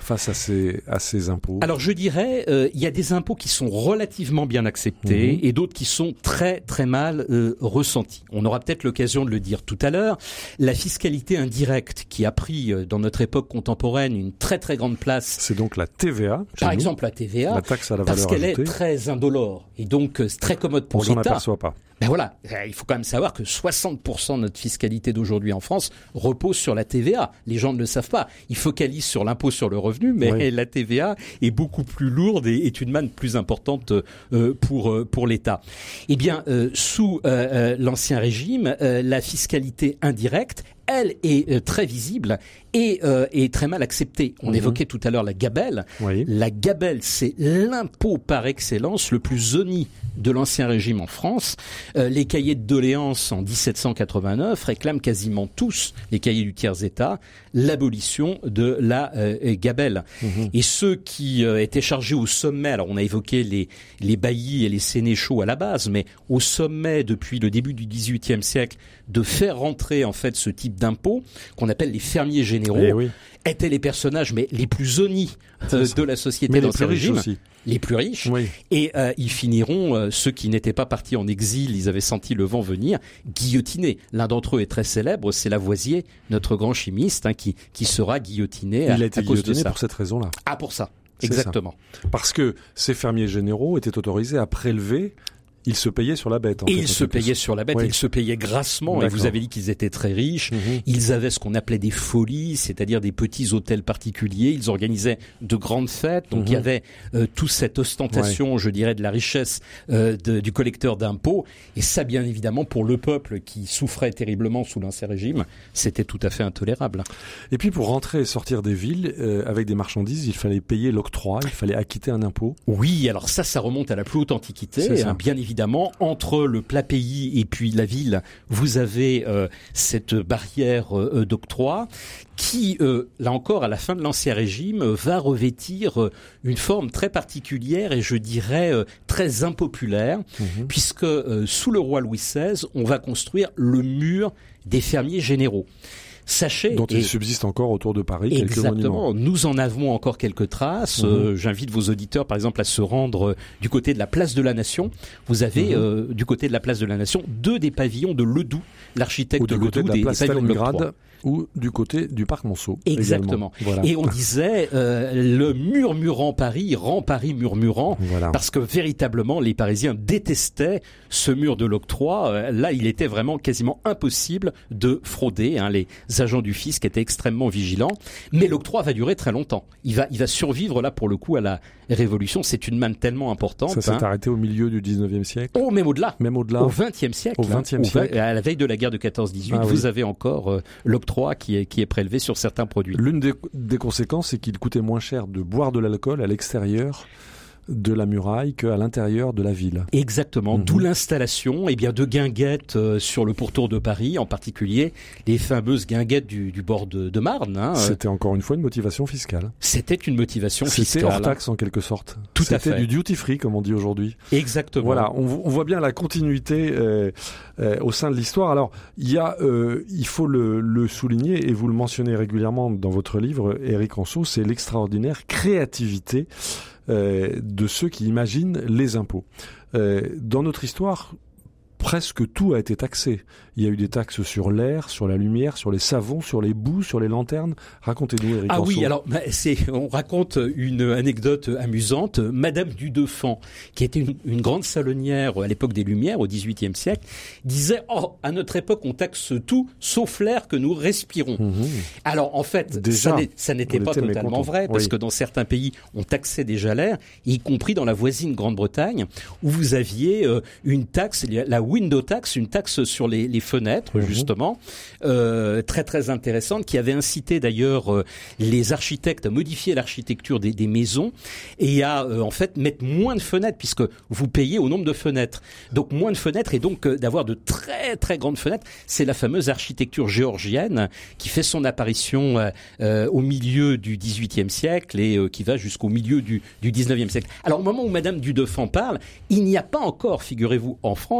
[SPEAKER 3] face à ces, à ces impôts?
[SPEAKER 4] Alors je dirais, euh, il y a des impôts qui sont relativement bien acceptés mmh. et d'autres qui sont très très mal euh, ressentis. On aura peut-être l'occasion de le dire tout à l'heure. La fiscalité indirecte qui a pris euh, dans notre époque contemporaine une très très grande place.
[SPEAKER 3] C'est donc la T V A.
[SPEAKER 4] Par
[SPEAKER 3] nous.
[SPEAKER 4] exemple la T V A,
[SPEAKER 3] la taxe à la
[SPEAKER 4] parce
[SPEAKER 3] valeur
[SPEAKER 4] qu'elle
[SPEAKER 3] ajoutée.
[SPEAKER 4] est très indolore et donc euh, très commode pour
[SPEAKER 3] On
[SPEAKER 4] l'État.
[SPEAKER 3] s'en aperçoit pas.
[SPEAKER 4] Ben voilà, il faut quand même savoir que soixante pour cent de notre fiscalité d'aujourd'hui en France repose sur la T V A. Les gens ne le savent pas. Ils focalisent sur l'impôt sur le revenu, mais oui. la T V A est beaucoup plus lourde et est une manne plus importante euh, pour euh, pour l'État. Eh bien, euh, sous euh, euh, l'Ancien Régime, euh, la fiscalité indirecte, elle est euh, très visible et euh, est très mal acceptée. On mmh. évoquait tout à l'heure la gabelle. Oui. La gabelle, c'est l'impôt par excellence le plus honni de l'Ancien Régime en France. Euh, les cahiers de doléances en dix-sept cent quatre-vingt-neuf réclament quasiment tous, les cahiers du tiers-État, l'abolition de la euh, gabelle. Mmh. Et ceux qui euh, étaient chargés au sommet, alors on a évoqué les, les baillis et les sénéchaux à la base, mais au sommet depuis le début du dix-huitième siècle, de faire rentrer en fait ce type d'impôts qu'on appelle les fermiers généraux, eh oui. étaient les personnages mais les plus honnis euh, de la société d'Ancien Régime,
[SPEAKER 3] aussi.
[SPEAKER 4] les plus riches,
[SPEAKER 3] oui.
[SPEAKER 4] et euh, ils finiront, euh, ceux qui n'étaient pas partis en exil, ils avaient senti le vent venir, guillotinés. L'un d'entre eux est très célèbre, c'est Lavoisier, notre grand chimiste, hein, qui, qui sera guillotiné à,
[SPEAKER 3] Il a été
[SPEAKER 4] à cause de ça.
[SPEAKER 3] pour cette raison-là.
[SPEAKER 4] Ah, pour ça, exactement.
[SPEAKER 3] Ça. Parce que ces fermiers généraux étaient autorisés à prélever. Ils se payaient sur la bête. En
[SPEAKER 4] et
[SPEAKER 3] fait,
[SPEAKER 4] ils se payaient sur la bête, oui. ils se payaient grassement. D'accord. Et vous avez dit qu'ils étaient très riches. Mmh. Ils avaient ce qu'on appelait des folies, c'est-à-dire des petits hôtels particuliers. Ils organisaient de grandes fêtes. Donc mmh. il y avait euh, toute cette ostentation, ouais. je dirais, de la richesse euh, de, du collecteur d'impôts. Et ça, bien évidemment, pour le peuple qui souffrait terriblement sous l'Ancien Régime, c'était tout à fait intolérable.
[SPEAKER 3] Et puis pour rentrer et sortir des villes euh, avec des marchandises, il fallait payer l'octroi, il fallait acquitter un impôt.
[SPEAKER 4] Oui, alors ça, ça remonte à la plus haute antiquité, hein, bien évidemment. Évidemment, entre le plat pays et puis la ville, vous avez euh, cette barrière euh, d'octroi qui, euh, là encore, à la fin de l'Ancien Régime, euh, va revêtir euh, une forme très particulière et je dirais euh, très impopulaire, mmh. puisque euh, sous le roi Louis seize, on va construire le mur des fermiers généraux. Sachez,
[SPEAKER 3] dont il subsiste encore autour de Paris quelques
[SPEAKER 4] exactement,
[SPEAKER 3] monuments.
[SPEAKER 4] Nous en avons encore quelques traces. Mmh. Euh, j'invite vos auditeurs, par exemple, à se rendre euh, du côté de la place de la Nation. Vous avez, mmh. euh, du côté de la place de la Nation, deux des pavillons de Ledoux, l'architecte de Ledoux,
[SPEAKER 3] de
[SPEAKER 4] des,
[SPEAKER 3] place
[SPEAKER 4] des pavillons de
[SPEAKER 3] l'Octroi. Ou du côté du parc Monceau.
[SPEAKER 4] Exactement.
[SPEAKER 3] Voilà.
[SPEAKER 4] Et on disait euh, le murmurant Paris rend Paris murmurant, voilà. parce que véritablement les Parisiens détestaient ce mur de l'octroi. Euh, là, il était vraiment quasiment impossible de frauder. Hein. Les agents du fisc étaient extrêmement vigilants. Mais l'octroi va durer très longtemps. Il va, il va survivre là pour le coup à la Révolution. C'est une manne tellement importante.
[SPEAKER 3] Ça s'est
[SPEAKER 4] hein.
[SPEAKER 3] arrêté au milieu du dix-neuvième siècle.
[SPEAKER 4] Oh, même au-delà.
[SPEAKER 3] Même au-delà.
[SPEAKER 4] Au vingtième siècle.
[SPEAKER 3] Au vingtième
[SPEAKER 4] hein.
[SPEAKER 3] siècle.
[SPEAKER 4] À la veille de la guerre de quatorze dix-huit,
[SPEAKER 3] ah,
[SPEAKER 4] vous
[SPEAKER 3] oui.
[SPEAKER 4] avez encore euh, l'octroi qui est, qui est prélevé sur certains produits.
[SPEAKER 3] L'une des, des conséquences, c'est qu'il coûtait moins cher de boire de l'alcool à l'extérieur de la muraille qu'à l'intérieur de la ville.
[SPEAKER 4] Exactement, mmh. d'où l'installation eh bien, de guinguettes euh, sur le pourtour de Paris, en particulier les fameuses guinguettes du, du bord de, de Marne. Hein.
[SPEAKER 3] C'était encore une fois une motivation fiscale.
[SPEAKER 4] C'était une motivation
[SPEAKER 3] C'était
[SPEAKER 4] fiscale.
[SPEAKER 3] C'était hors taxe en quelque sorte.
[SPEAKER 4] Tout à fait.
[SPEAKER 3] C'était du duty free comme on dit aujourd'hui.
[SPEAKER 4] Exactement.
[SPEAKER 3] Voilà, on, on voit bien la continuité euh, euh, au sein de l'histoire. Alors, il y a, euh, il faut le, le souligner et vous le mentionnez régulièrement dans votre livre, Éric Anceau, c'est l'extraordinaire créativité Euh, de ceux qui imaginent les impôts. Euh, dans notre histoire, presque tout a été taxé. Il y a eu des taxes sur l'air, sur la lumière, sur les savons, sur les boues, sur les lanternes. Racontez-nous, Éric
[SPEAKER 4] Ah
[SPEAKER 3] Anceau.
[SPEAKER 4] oui, alors bah, c'est, on raconte une anecdote amusante. Madame du Deffand, qui était une, une grande salonnière à l'époque des Lumières, au dix-huitième siècle, disait « Oh, à notre époque, on taxe tout, sauf l'air que nous respirons. Mmh. » Alors en fait,
[SPEAKER 3] déjà,
[SPEAKER 4] ça, n'est, ça n'était pas totalement vrai, parce oui. que dans certains pays, on taxait déjà l'air, y compris dans la voisine Grande-Bretagne, où vous aviez euh, une taxe, la window tax, une taxe sur les, les fenêtres, mmh. justement, euh, très très intéressante, qui avait incité d'ailleurs euh, les architectes à modifier l'architecture des, des maisons et à euh, en fait mettre moins de fenêtres, puisque vous payez au nombre de fenêtres. Donc moins de fenêtres et donc euh, d'avoir de très très grandes fenêtres. C'est la fameuse architecture géorgienne qui fait son apparition euh, euh, au milieu du dix-huitième siècle et euh, qui va jusqu'au milieu du, du dix-neuvième siècle. Alors au moment où Madame du Deffand parle, il n'y a pas encore, figurez-vous, en France,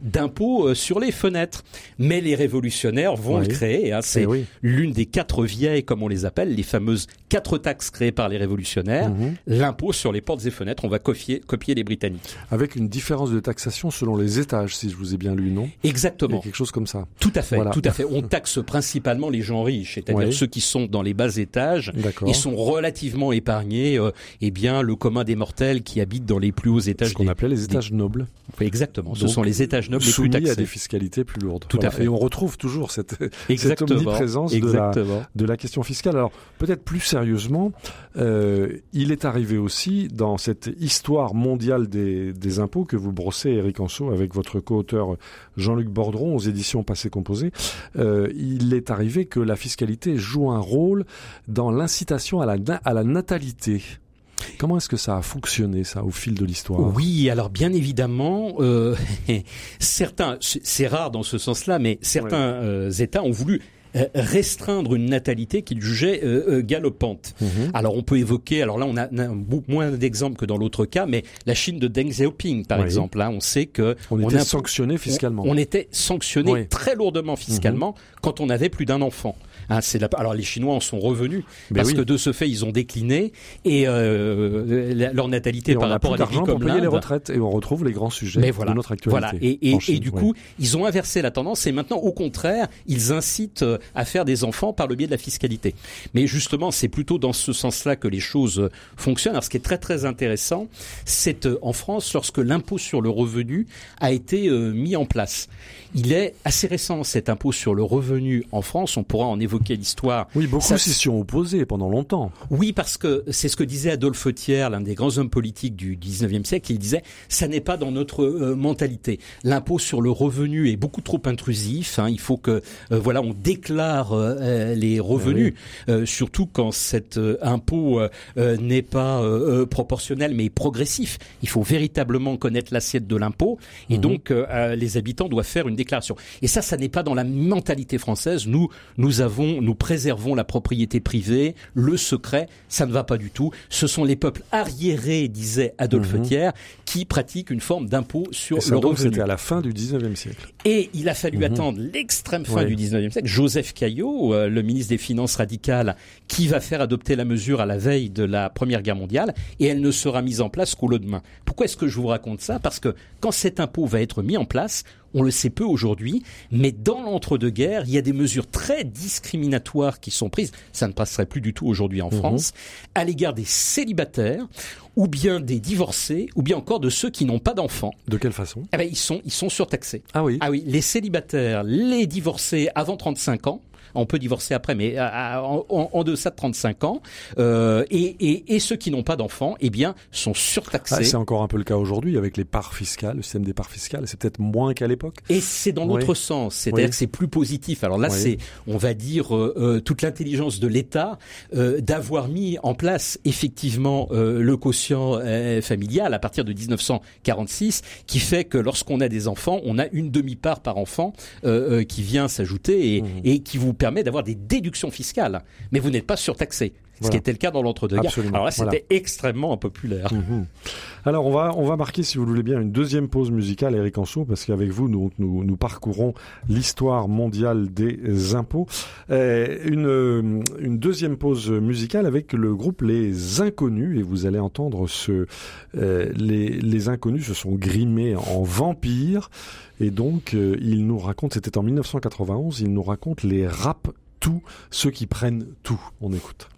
[SPEAKER 4] d'impôt sur les fenêtres. Mais les révolutionnaires vont oui. le créer. Hein. C'est oui. l'une des quatre vieilles, comme on les appelle, les fameuses quatre taxes créées par les révolutionnaires. Mmh. L'impôt sur les portes et fenêtres, on va copier, copier les Britanniques.
[SPEAKER 3] Avec une différence de taxation selon les étages, si je vous ai bien lu, non ?
[SPEAKER 4] Exactement.
[SPEAKER 3] Quelque chose comme ça.
[SPEAKER 4] Tout à fait, voilà. tout à fait. On taxe principalement les gens riches, c'est-à-dire oui. ceux qui sont dans les bas étages
[SPEAKER 3] D'accord.
[SPEAKER 4] et sont relativement épargnés. Euh, eh bien, le commun des mortels qui habitent dans les plus hauts étages.
[SPEAKER 3] Ce qu'on
[SPEAKER 4] des,
[SPEAKER 3] appelait les étages
[SPEAKER 4] des...
[SPEAKER 3] nobles.
[SPEAKER 4] Oui, exactement.
[SPEAKER 3] Donc,
[SPEAKER 4] ce sont les étages nobles les plus taxés.
[SPEAKER 3] Soumis à des fiscalités plus lourdes.
[SPEAKER 4] Tout
[SPEAKER 3] voilà.
[SPEAKER 4] à fait.
[SPEAKER 3] Et on retrouve toujours cette, cette omniprésence de la, de la question fiscale. Alors, peut-être plus sérieusement, euh, il est arrivé aussi dans cette histoire mondiale des, des impôts que vous brossez, Éric Anceau, avec votre co-auteur Jean-Luc Bordron aux éditions Passé Composé, euh, il est arrivé que la fiscalité joue un rôle dans l'incitation à la, à la natalité. Comment est-ce que ça a fonctionné, ça, au fil de l'histoire ?
[SPEAKER 4] Oui, alors bien évidemment, euh, certains, c'est rare dans ce sens-là, mais certains ouais. euh, États ont voulu restreindre une natalité qu'ils jugeaient euh, galopante. Mmh. Alors on peut évoquer, alors là on a, on a beaucoup moins d'exemples que dans l'autre cas, mais la Chine de Deng Xiaoping par oui. exemple, là on sait que
[SPEAKER 3] on, on était a, sanctionné fiscalement.
[SPEAKER 4] On, on était sanctionné oui. très lourdement fiscalement mmh. quand on avait plus d'un enfant. Hein, c'est la... Alors les Chinois en sont revenus mais parce oui. que de ce fait ils ont décliné et euh, la, leur natalité
[SPEAKER 3] et
[SPEAKER 4] par rapport à des pays comme
[SPEAKER 3] pour payer
[SPEAKER 4] l'Inde.
[SPEAKER 3] Les retraites et on retrouve les grands sujets
[SPEAKER 4] mais voilà,
[SPEAKER 3] de notre actualité.
[SPEAKER 4] Voilà. Et, et,
[SPEAKER 3] Chine,
[SPEAKER 4] et du
[SPEAKER 3] ouais.
[SPEAKER 4] coup ils ont inversé la tendance et maintenant au contraire ils incitent à faire des enfants par le biais de la fiscalité. Mais justement c'est plutôt dans ce sens-là que les choses fonctionnent. Alors ce qui est très très intéressant, c'est euh, en France lorsque l'impôt sur le revenu a été euh, mis en place. Il est assez récent cet impôt sur le revenu en France. On pourra en évoquer l'histoire.
[SPEAKER 3] Oui, beaucoup
[SPEAKER 4] Ça...
[SPEAKER 3] s'y sont opposés pendant longtemps.
[SPEAKER 4] Oui, parce que c'est ce que disait Adolphe Thiers, l'un des grands hommes politiques du dix-neuvième siècle. Il disait, ça n'est pas dans notre euh, mentalité. L'impôt sur le revenu est beaucoup trop intrusif. Hein. Il faut que, euh, voilà, on déclare euh, les revenus, oui. euh, surtout quand cet euh, impôt euh, n'est pas euh, proportionnel mais progressif. Il faut véritablement connaître l'assiette de l'impôt et mmh. donc euh, les habitants doivent faire une déclaration. Et ça, ça n'est pas dans la mentalité française. Nous, nous avons, nous préservons la propriété privée, le secret, ça ne va pas du tout. Ce sont les peuples arriérés, disait Adolphe mmh. Thiers, qui pratiquent une forme d'impôt sur
[SPEAKER 3] et ça,
[SPEAKER 4] le
[SPEAKER 3] donc,
[SPEAKER 4] revenu.
[SPEAKER 3] C'était à la fin du dix-neuvième siècle.
[SPEAKER 4] Et il a fallu mmh. attendre l'extrême fin ouais. du dix-neuvième siècle. Joseph Caillaux, euh, le ministre des Finances radical, qui va faire adopter la mesure à la veille de la Première Guerre mondiale, et elle ne sera mise en place qu'au lendemain. Pourquoi est-ce que je vous raconte ça ? Parce que quand cet impôt va être mis en place, on le sait peu aujourd'hui, mais dans l'entre-deux-guerres, il y a des mesures très discriminatoires qui sont prises, ça ne passerait plus du tout aujourd'hui en mmh. France, à l'égard des célibataires, ou bien des divorcés, ou bien encore de ceux qui n'ont pas d'enfants.
[SPEAKER 3] De quelle façon ?
[SPEAKER 4] Eh ben, ils sont, ils sont surtaxés.
[SPEAKER 3] Ah oui.
[SPEAKER 4] Ah oui, les célibataires, les divorcés avant trente-cinq ans, on peut divorcer après, mais à, à, en, en deçà de trente-cinq ans, euh, et, et, et ceux qui n'ont pas d'enfants, eh bien, sont surtaxés.
[SPEAKER 3] Ah, c'est encore un peu le cas aujourd'hui avec les parts fiscales, le système des parts fiscales. C'est peut-être moins qu'à l'époque.
[SPEAKER 4] Et c'est dans l'autre oui. sens, c'est-à-dire oui. que c'est plus positif. Alors là, oui. c'est, on va dire, euh, euh, toute l'intelligence de l'État euh, d'avoir mis en place effectivement euh, le quotient euh, familial à partir de dix-neuf cent quarante-six, qui fait que lorsqu'on a des enfants, on a une demi-part par enfant euh, euh, qui vient s'ajouter et, mmh. et qui vous permet d'avoir des déductions fiscales, mais vous n'êtes pas surtaxé. Ce voilà. qui était le cas dans l'entre-deux-guerres. Alors là, c'était voilà. extrêmement impopulaire.
[SPEAKER 3] Mmh. Alors, on va, on va marquer, si vous le voulez bien, une deuxième pause musicale, Éric Anceau, parce qu'avec vous, nous, nous, nous parcourons l'histoire mondiale des impôts. Euh, une, une deuxième pause musicale avec le groupe Les Inconnus, et vous allez entendre ce, euh, les, les Inconnus se sont grimés en vampires, et donc, euh, ils nous racontent, c'était en dix-neuf cent quatre-vingt-onze, ils nous racontent les rap tout, ceux qui prennent tout. On écoute.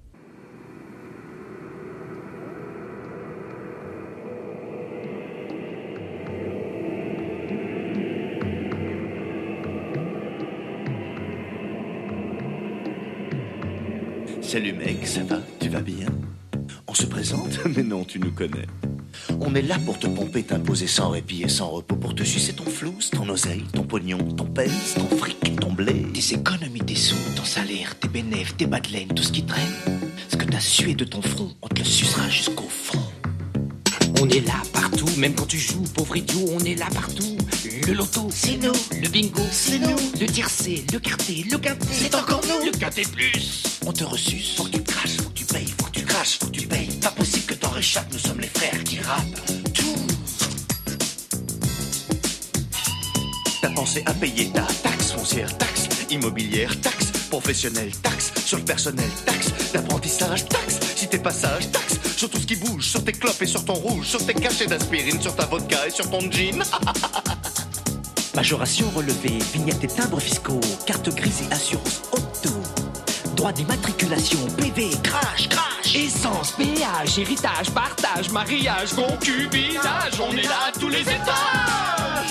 [SPEAKER 5] Salut mec, ça va? Tu vas bien? On se présente? Mais non, tu nous connais. On est là pour te pomper, t'imposer sans répit et sans repos, pour te sucer ton flouze, ton oseille, ton pognon, ton pèse, ton fric, ton blé, tes économies, tes sous, ton salaire, tes bénéfices, tes bas de laine, tout ce qui traîne. Ce que t'as sué de ton front, on te le sucera jusqu'au fond. On est là partout, même quand tu joues, pauvre idiot, on est là partout. Le loto, c'est nous. Le bingo, c'est nous. Le tiercé, le quartier, le quintet, c'est encore nous. Le quintet plus. On te ressuce, faut que tu craches, faut que tu payes, faut que tu craches, faut que tu payes. Pas possible que t'en réchappes, nous sommes les frères qui rappent tout. penser à payer ta taxe foncière, taxe immobilière, taxe professionnelle, taxe sur le personnel, taxe d'apprentissage, taxe si t'es passage, taxe sur tout ce qui bouge, sur tes clopes et sur ton rouge, sur tes cachets d'aspirine, sur ta vodka et sur ton jean.
[SPEAKER 6] Majoration relevée, vignettes et timbres fiscaux, carte grise et assurance auto. Droit d'immatriculation, P V, crash, crash.
[SPEAKER 7] Essence, péage, héritage, partage, mariage, concubinage. On est là à tous les étages.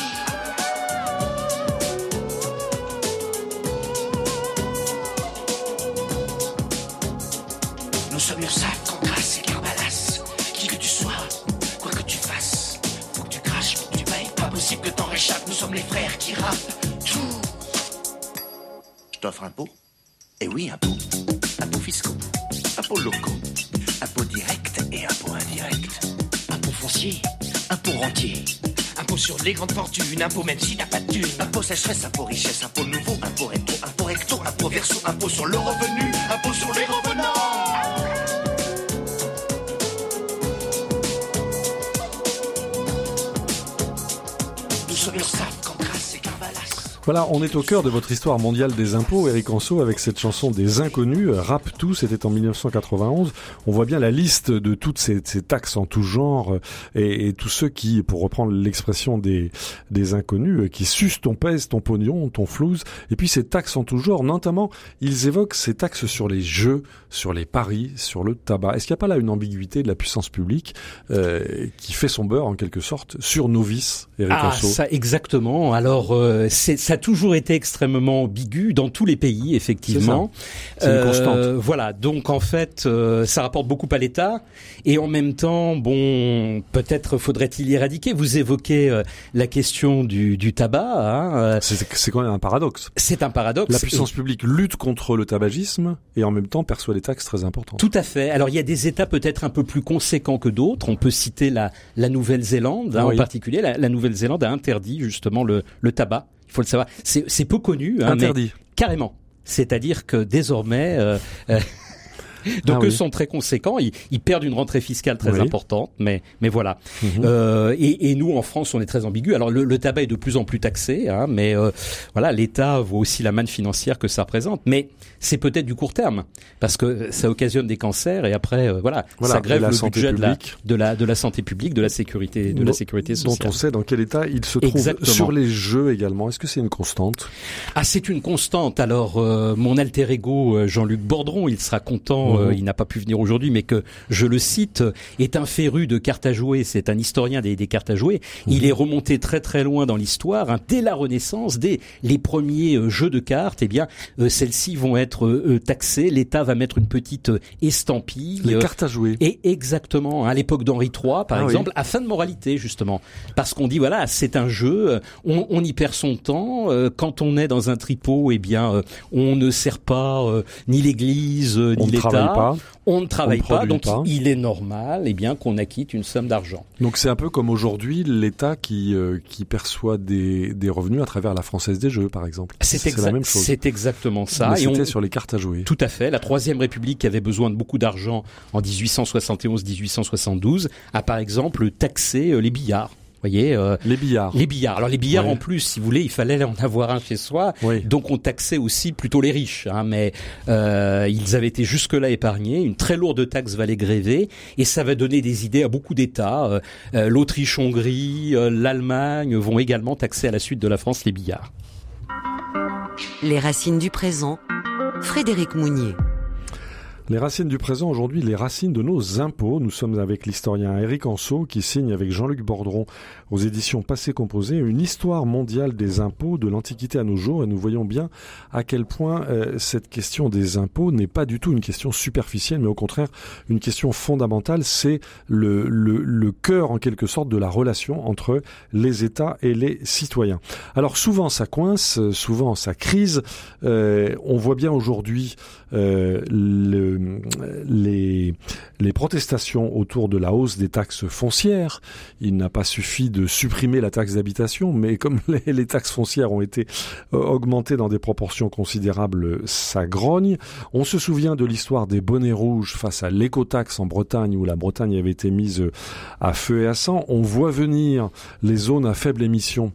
[SPEAKER 5] Nous sommes l'URSSAF, Cancrasse et Carbalas. Qui que tu sois, quoi que tu fasses, faut que tu craches, faut que tu payes. Pas possible que t'en réchappes, nous sommes les frères qui rappent tout. Je t'offre un pot. Eh oui, impôts. Impôts fiscaux, impôts locaux, impôts directs et impôts indirects.
[SPEAKER 7] Impôts fonciers, impôts rentiers, impôts sur les grandes fortunes, impôts même si t'as pas de thunes.
[SPEAKER 5] Impôts sécheresse, impôts richesse, impôts nouveaux, impôts rétro, impôts recto, impôts verso, impôts sur le revenu, impôts sur les revenants. Nous sommes l'URSSAF, Cancrasse et Carbalas.
[SPEAKER 3] Voilà, on est au cœur de votre histoire mondiale des impôts, Éric Anseau, avec cette chanson des Inconnus, Rap Tout, c'était en dix-neuf cent quatre-vingt-onze. On voit bien la liste de toutes ces, ces taxes en tout genre et, et tous ceux qui, pour reprendre l'expression des, des Inconnus, qui sucent ton pèse, ton pognon, ton flouze, et puis ces taxes en tout genre, notamment, ils évoquent ces taxes sur les jeux, sur les paris, sur le tabac. Est-ce qu'il n'y a pas là une ambiguïté de la puissance publique euh, qui fait son beurre, en quelque sorte, sur nos vices, Éric
[SPEAKER 4] Ah,
[SPEAKER 3] Anseau?
[SPEAKER 4] ça, exactement. Alors, euh, c'est, ça a toujours été extrêmement ambigu dans tous les pays, effectivement.
[SPEAKER 3] C'est, c'est une constante.
[SPEAKER 4] Euh, voilà. Donc, en fait, euh, ça rapporte beaucoup à l'État. Et en même temps, bon, peut-être faudrait-il éradiquer. Vous évoquez euh, la question du, du tabac. Hein, euh,
[SPEAKER 3] C'est, c'est quand même un paradoxe.
[SPEAKER 4] c'est un paradoxe.
[SPEAKER 3] La puissance publique lutte contre le tabagisme et en même temps perçoit des taxes très importantes.
[SPEAKER 4] Tout à fait. Alors il y a des États peut-être un peu plus conséquents que d'autres. On peut citer la, la Nouvelle-Zélande hein,
[SPEAKER 3] Oui.
[SPEAKER 4] en particulier. La, la Nouvelle-Zélande a interdit justement le, le tabac. Il faut le savoir. C'est, c'est peu connu. Hein,
[SPEAKER 3] Interdit.
[SPEAKER 4] mais carrément. C'est-à-dire que désormais. Euh, euh, Donc
[SPEAKER 3] Ah
[SPEAKER 4] eux
[SPEAKER 3] oui.
[SPEAKER 4] sont très conséquents, ils, ils perdent une rentrée fiscale très
[SPEAKER 3] Oui.
[SPEAKER 4] importante, mais mais voilà.
[SPEAKER 3] Mhm.
[SPEAKER 4] Euh, et, et nous en France, on est très ambigu. Alors le, le tabac est de plus en plus taxé, hein, mais euh, voilà, l'État voit aussi la manne financière que ça représente. Mais c'est peut-être du court terme, parce que ça occasionne des cancers et après euh, voilà,
[SPEAKER 3] Voilà,
[SPEAKER 4] ça
[SPEAKER 3] et
[SPEAKER 4] grève
[SPEAKER 3] la
[SPEAKER 4] le
[SPEAKER 3] santé
[SPEAKER 4] budget de la,
[SPEAKER 3] publique.
[SPEAKER 4] de la de la santé publique, de la sécurité, de
[SPEAKER 3] Dont-
[SPEAKER 4] la sécurité
[SPEAKER 3] Dont
[SPEAKER 4] sociale.
[SPEAKER 3] on sait dans quel état il se trouve.
[SPEAKER 4] Exactement.
[SPEAKER 3] Sur les jeux également, est-ce que c'est une constante?
[SPEAKER 4] Ah, c'est une constante. Alors, euh, mon alter ego, euh, Jean-Luc Bordron, il sera content, euh,
[SPEAKER 3] Mhm.
[SPEAKER 4] il n'a pas pu venir aujourd'hui, mais que je le cite, est un féru de cartes à jouer, c'est un historien des, des cartes à jouer.
[SPEAKER 3] Mhm.
[SPEAKER 4] Il est remonté très très loin dans l'histoire, hein, dès la Renaissance, dès les premiers euh, jeux de cartes, eh bien, euh, celles-ci vont être euh, taxées, l'État va mettre une petite euh, estampille.
[SPEAKER 3] Les
[SPEAKER 4] euh,
[SPEAKER 3] cartes à jouer.
[SPEAKER 4] et exactement, hein, à l'époque d'Henri trois, par
[SPEAKER 3] Ah
[SPEAKER 4] exemple, à fin de moralité, justement. Parce qu'on dit, voilà, c'est un jeu, euh, on, on y perd son temps. euh, Quand on est dans un tripot, eh bien, euh, on ne sert pas euh, ni l'Église, euh,
[SPEAKER 3] On
[SPEAKER 4] ni
[SPEAKER 3] ne travaille
[SPEAKER 4] l'État.
[SPEAKER 3] pas.
[SPEAKER 4] On ne travaille
[SPEAKER 3] On ne
[SPEAKER 4] pas,
[SPEAKER 3] produit
[SPEAKER 4] donc
[SPEAKER 3] pas.
[SPEAKER 4] il est normal eh bien, qu'on acquitte une somme d'argent.
[SPEAKER 3] Donc c'est un peu comme aujourd'hui l'État qui euh, qui perçoit des des revenus à travers la Française des Jeux, par exemple.
[SPEAKER 4] C'est,
[SPEAKER 3] la
[SPEAKER 4] exa-
[SPEAKER 3] même chose.
[SPEAKER 4] c'est exactement ça.
[SPEAKER 3] Mais
[SPEAKER 4] Et on-
[SPEAKER 3] c'était sur les cartes à jouer.
[SPEAKER 4] Tout à fait. La Troisième République avait besoin de beaucoup d'argent en dix-huit cent soixante et onze dix-huit cent soixante-douze, a par exemple taxé euh, les billards. Vous voyez, euh,
[SPEAKER 3] Les billards.
[SPEAKER 4] les billards. Alors les billards,
[SPEAKER 3] Ouais.
[SPEAKER 4] en plus, si vous voulez, il fallait en avoir un chez soi.
[SPEAKER 3] Oui.
[SPEAKER 4] Donc on taxait aussi plutôt les riches. Hein, mais euh, ils avaient été jusque-là épargnés. Une très lourde taxe va les gréver. Et ça va donner des idées à beaucoup d'États. Euh, euh, L'Autriche-Hongrie, euh, l'Allemagne vont également taxer à la suite de la France les billards.
[SPEAKER 2] Les racines du présent. Frédéric Mounier.
[SPEAKER 3] Les racines du présent, aujourd'hui, les racines de nos impôts. Nous sommes avec l'historien Éric Anseau qui signe avec Jean-Luc Bordron aux éditions Passé Composé une histoire mondiale des impôts de l'Antiquité à nos jours. Et nous voyons bien à quel point euh, cette question des impôts n'est pas du tout une question superficielle, mais au contraire une question fondamentale. C'est le, le, le cœur, en quelque sorte, de la relation entre les États et les citoyens. Alors souvent ça coince, souvent ça crise. Euh, on voit bien aujourd'hui euh, le Les, les protestations autour de la hausse des taxes foncières. Il n'a pas suffi de supprimer la taxe d'habitation, mais comme les, les taxes foncières ont été euh, augmentées dans des proportions considérables, ça grogne. On se souvient de l'histoire des bonnets rouges face à l'écotaxe en Bretagne, où la Bretagne avait été mise à feu et à sang. On voit venir les zones à faible émission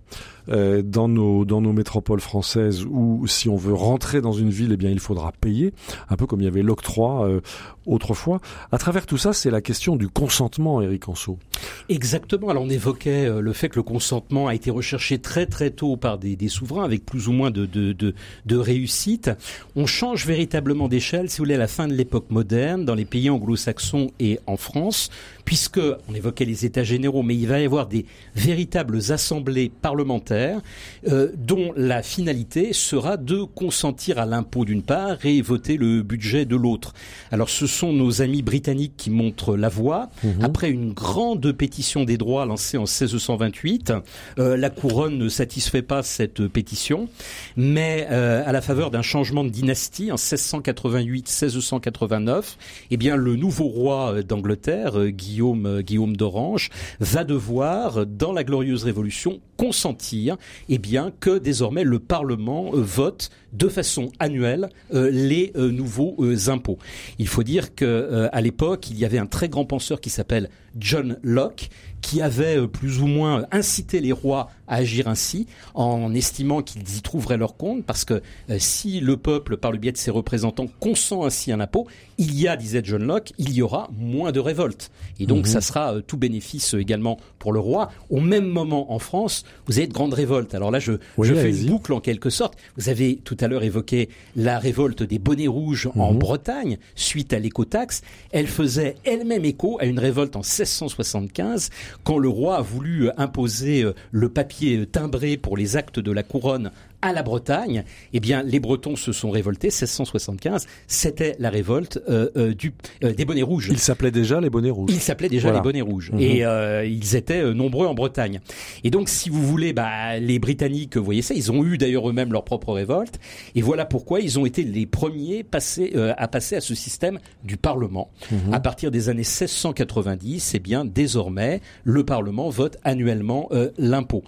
[SPEAKER 3] euh, dans nos dans nos métropoles françaises où si on veut rentrer dans une ville, eh bien il faudra payer, un peu comme il y avait l'octroi euh, autrefois. À travers tout ça, c'est la question du consentement, Éric Anceau.
[SPEAKER 4] Exactement. Alors on évoquait euh, le fait que le consentement a été recherché très très tôt par des, des souverains avec plus ou moins de, de, de, de réussite. On change véritablement d'échelle, si vous voulez, à la fin de l'époque moderne, dans les pays anglo-saxons et en France, puisque on évoquait les États généraux, mais il va y avoir des véritables assemblées parlementaires euh, dont la finalité sera de consentir à l'impôt d'une part et voter le budget de l'autre. Alors ce sont nos amis britanniques qui montrent la voie. Mmh. Après une grande pétition des droits lancée en seize cent vingt-huit, euh, la couronne ne satisfait pas cette pétition, mais euh, à la faveur d'un changement de dynastie en seize cent quatre-vingt-huit seize cent quatre-vingt-neuf, eh bien le nouveau roi d'Angleterre, euh, Guillaume euh, Guillaume d'Orange, va devoir, dans la glorieuse révolution, consentir eh bien que désormais le Parlement euh, vote de façon annuelle euh, les euh, nouveaux euh, impôts. Il faut dire que euh, à l'époque, il y avait un très grand penseur qui s'appelle John Locke, qui avait euh, plus ou moins incité les rois à agir ainsi, en estimant qu'ils y trouveraient leur compte, parce que euh, si le peuple, par le biais de ses représentants, consent ainsi un impôt, il y a, disait John Locke, il y aura moins de révoltes. Et donc, mmh. ça sera euh, tout bénéfice euh, également pour le roi. Au même moment, en France, vous avez de grandes révoltes. Alors là, je, oui, je fais une boucle en quelque sorte. Vous avez tout à l'heure évoqué la révolte des bonnets rouges mmh. en Bretagne, suite à l'écotaxe. Elle faisait elle-même écho à une révolte en seize cent soixante-quinze, quand le roi a voulu imposer euh, le papier timbré pour les actes de la couronne à la Bretagne. Eh bien, les Bretons se sont révoltés. seize cent soixante-quinze, c'était la révolte euh, euh, du, euh, des bonnets rouges.
[SPEAKER 3] Ils s'appelaient déjà les bonnets rouges.
[SPEAKER 4] Ils s'appelaient déjà voilà. les bonnets rouges. Mmh. Et euh, ils étaient euh, nombreux en Bretagne. Et donc, si vous voulez, bah, les Britanniques, vous voyez ça, ils ont eu d'ailleurs eux-mêmes leur propre révolte. Et voilà pourquoi ils ont été les premiers passés, euh, à passer à ce système du Parlement. Mmh. À partir des années seize cent quatre-vingt-dix, eh bien, désormais, le Parlement vote annuellement euh, l'impôt.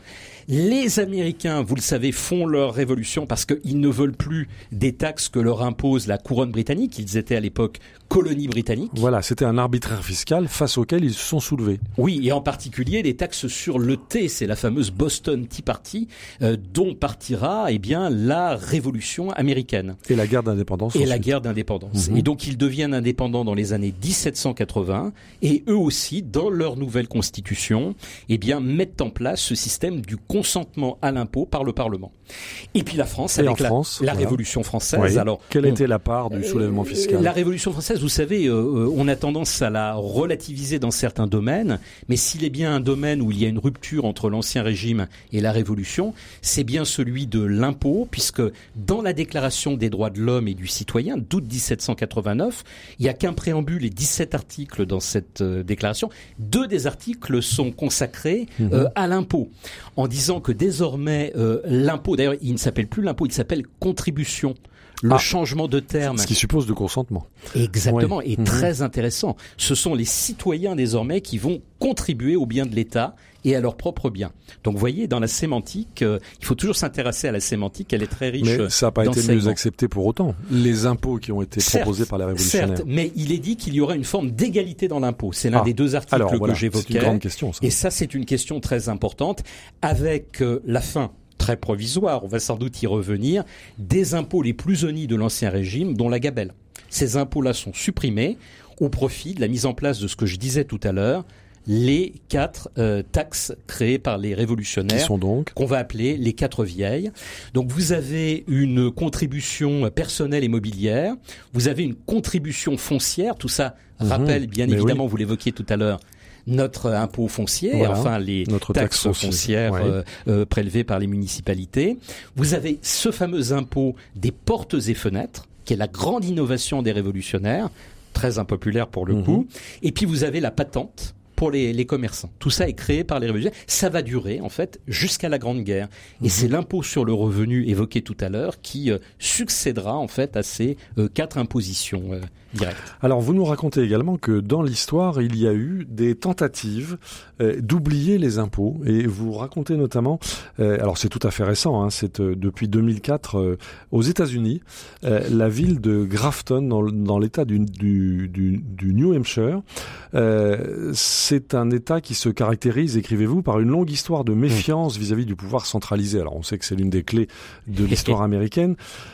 [SPEAKER 4] Les Américains, vous le savez, font leur révolution parce qu'ils ne veulent plus des taxes que leur impose la couronne britannique. Ils étaient à l'époque colonie britannique.
[SPEAKER 3] Voilà, c'était un arbitraire fiscal face auquel ils se sont soulevés.
[SPEAKER 4] Oui, et en particulier les taxes sur le thé, c'est la fameuse Boston Tea Party, euh, dont partira eh bien la révolution américaine.
[SPEAKER 3] Et la guerre d'indépendance.
[SPEAKER 4] Et
[SPEAKER 3] ensuite.
[SPEAKER 4] la guerre d'indépendance. Mmh. Et donc ils deviennent indépendants dans les années dix-sept cent quatre-vingts, et eux aussi, dans leur nouvelle constitution, eh bien mettent en place ce système du consentement à l'impôt par le Parlement. Et puis la France,
[SPEAKER 3] et
[SPEAKER 4] avec la,
[SPEAKER 3] France,
[SPEAKER 4] la
[SPEAKER 3] voilà.
[SPEAKER 4] Révolution française.
[SPEAKER 3] Oui.
[SPEAKER 4] Alors,
[SPEAKER 3] quelle
[SPEAKER 4] on,
[SPEAKER 3] était la part du soulèvement fiscal ?
[SPEAKER 4] La Révolution française, vous savez, euh, on a tendance à la relativiser dans certains domaines, mais s'il est bien un domaine où il y a une rupture entre l'Ancien Régime et la Révolution, c'est bien celui de l'impôt, puisque dans la Déclaration des droits de l'homme et du citoyen d'août dix-sept cent quatre-vingt-neuf, il n'y a qu'un préambule et dix-sept articles dans cette euh, déclaration. Deux des articles sont consacrés mmh. euh, à l'impôt, en disant que désormais euh, l'impôt, d'ailleurs il ne s'appelle plus l'impôt, il s'appelle contribution. Le ah, changement de terme.
[SPEAKER 3] Ce qui suppose du consentement.
[SPEAKER 4] Exactement,
[SPEAKER 3] oui.
[SPEAKER 4] et mmh. très intéressant. Ce sont les citoyens désormais qui vont contribuer au bien de l'État et à leur propre bien. Donc vous voyez, dans la sémantique, euh, il faut toujours s'intéresser à la sémantique, elle est très riche.
[SPEAKER 3] Mais ça n'a pas été mieux accepté pour autant. Les impôts qui ont été certes, proposés par les révolutionnaires.
[SPEAKER 4] Certes, mais il est dit qu'il y aura une forme d'égalité dans l'impôt. C'est l'un ah, des deux articles
[SPEAKER 3] alors, voilà,
[SPEAKER 4] que j'évoquais.
[SPEAKER 3] C'est une grande question, ça.
[SPEAKER 4] Et ça, c'est une question très importante. Avec euh, la fin très provisoire, on va sans doute y revenir, des impôts les plus honnis de l'Ancien Régime, dont la gabelle. Ces impôts-là sont supprimés au profit de la mise en place de ce que je disais tout à l'heure, les quatre euh, taxes créées par les révolutionnaires,
[SPEAKER 3] qui sont donc
[SPEAKER 4] qu'on va appeler les quatre vieilles. Donc vous avez une contribution personnelle et mobilière, vous avez une contribution foncière, tout ça mmh, rappelle bien évidemment, oui. vous l'évoquiez tout à l'heure, notre impôt foncier, voilà, enfin les
[SPEAKER 3] notre
[SPEAKER 4] taxes
[SPEAKER 3] taxe
[SPEAKER 4] foncières
[SPEAKER 3] ouais.
[SPEAKER 4] euh, euh, prélevées par les municipalités. Vous avez ce fameux impôt des portes et fenêtres, qui est la grande innovation des révolutionnaires, très impopulaire pour le mmh. coup. Et puis vous avez la patente pour les, les commerçants. Tout ça est créé par les révolutionnaires. Ça va durer, en fait, jusqu'à la Grande Guerre. Et mmh. c'est l'impôt sur le revenu évoqué tout à l'heure qui euh, succédera, en fait, à ces euh, quatre impositions euh, directes.
[SPEAKER 3] Alors, vous nous racontez également que dans l'histoire, il y a eu des tentatives euh, d'oublier les impôts. Et vous racontez notamment, euh, alors c'est tout à fait récent, hein, c'est euh, depuis deux mille quatre, euh, aux États-Unis, euh, la ville de Grafton, dans, dans l'État du, du, du, du New Hampshire, euh, c'est un État qui se caractérise, écrivez-vous, par une longue histoire de méfiance mmh. vis-à-vis du pouvoir centralisé. Alors on sait que c'est l'une des clés de l'histoire américaine.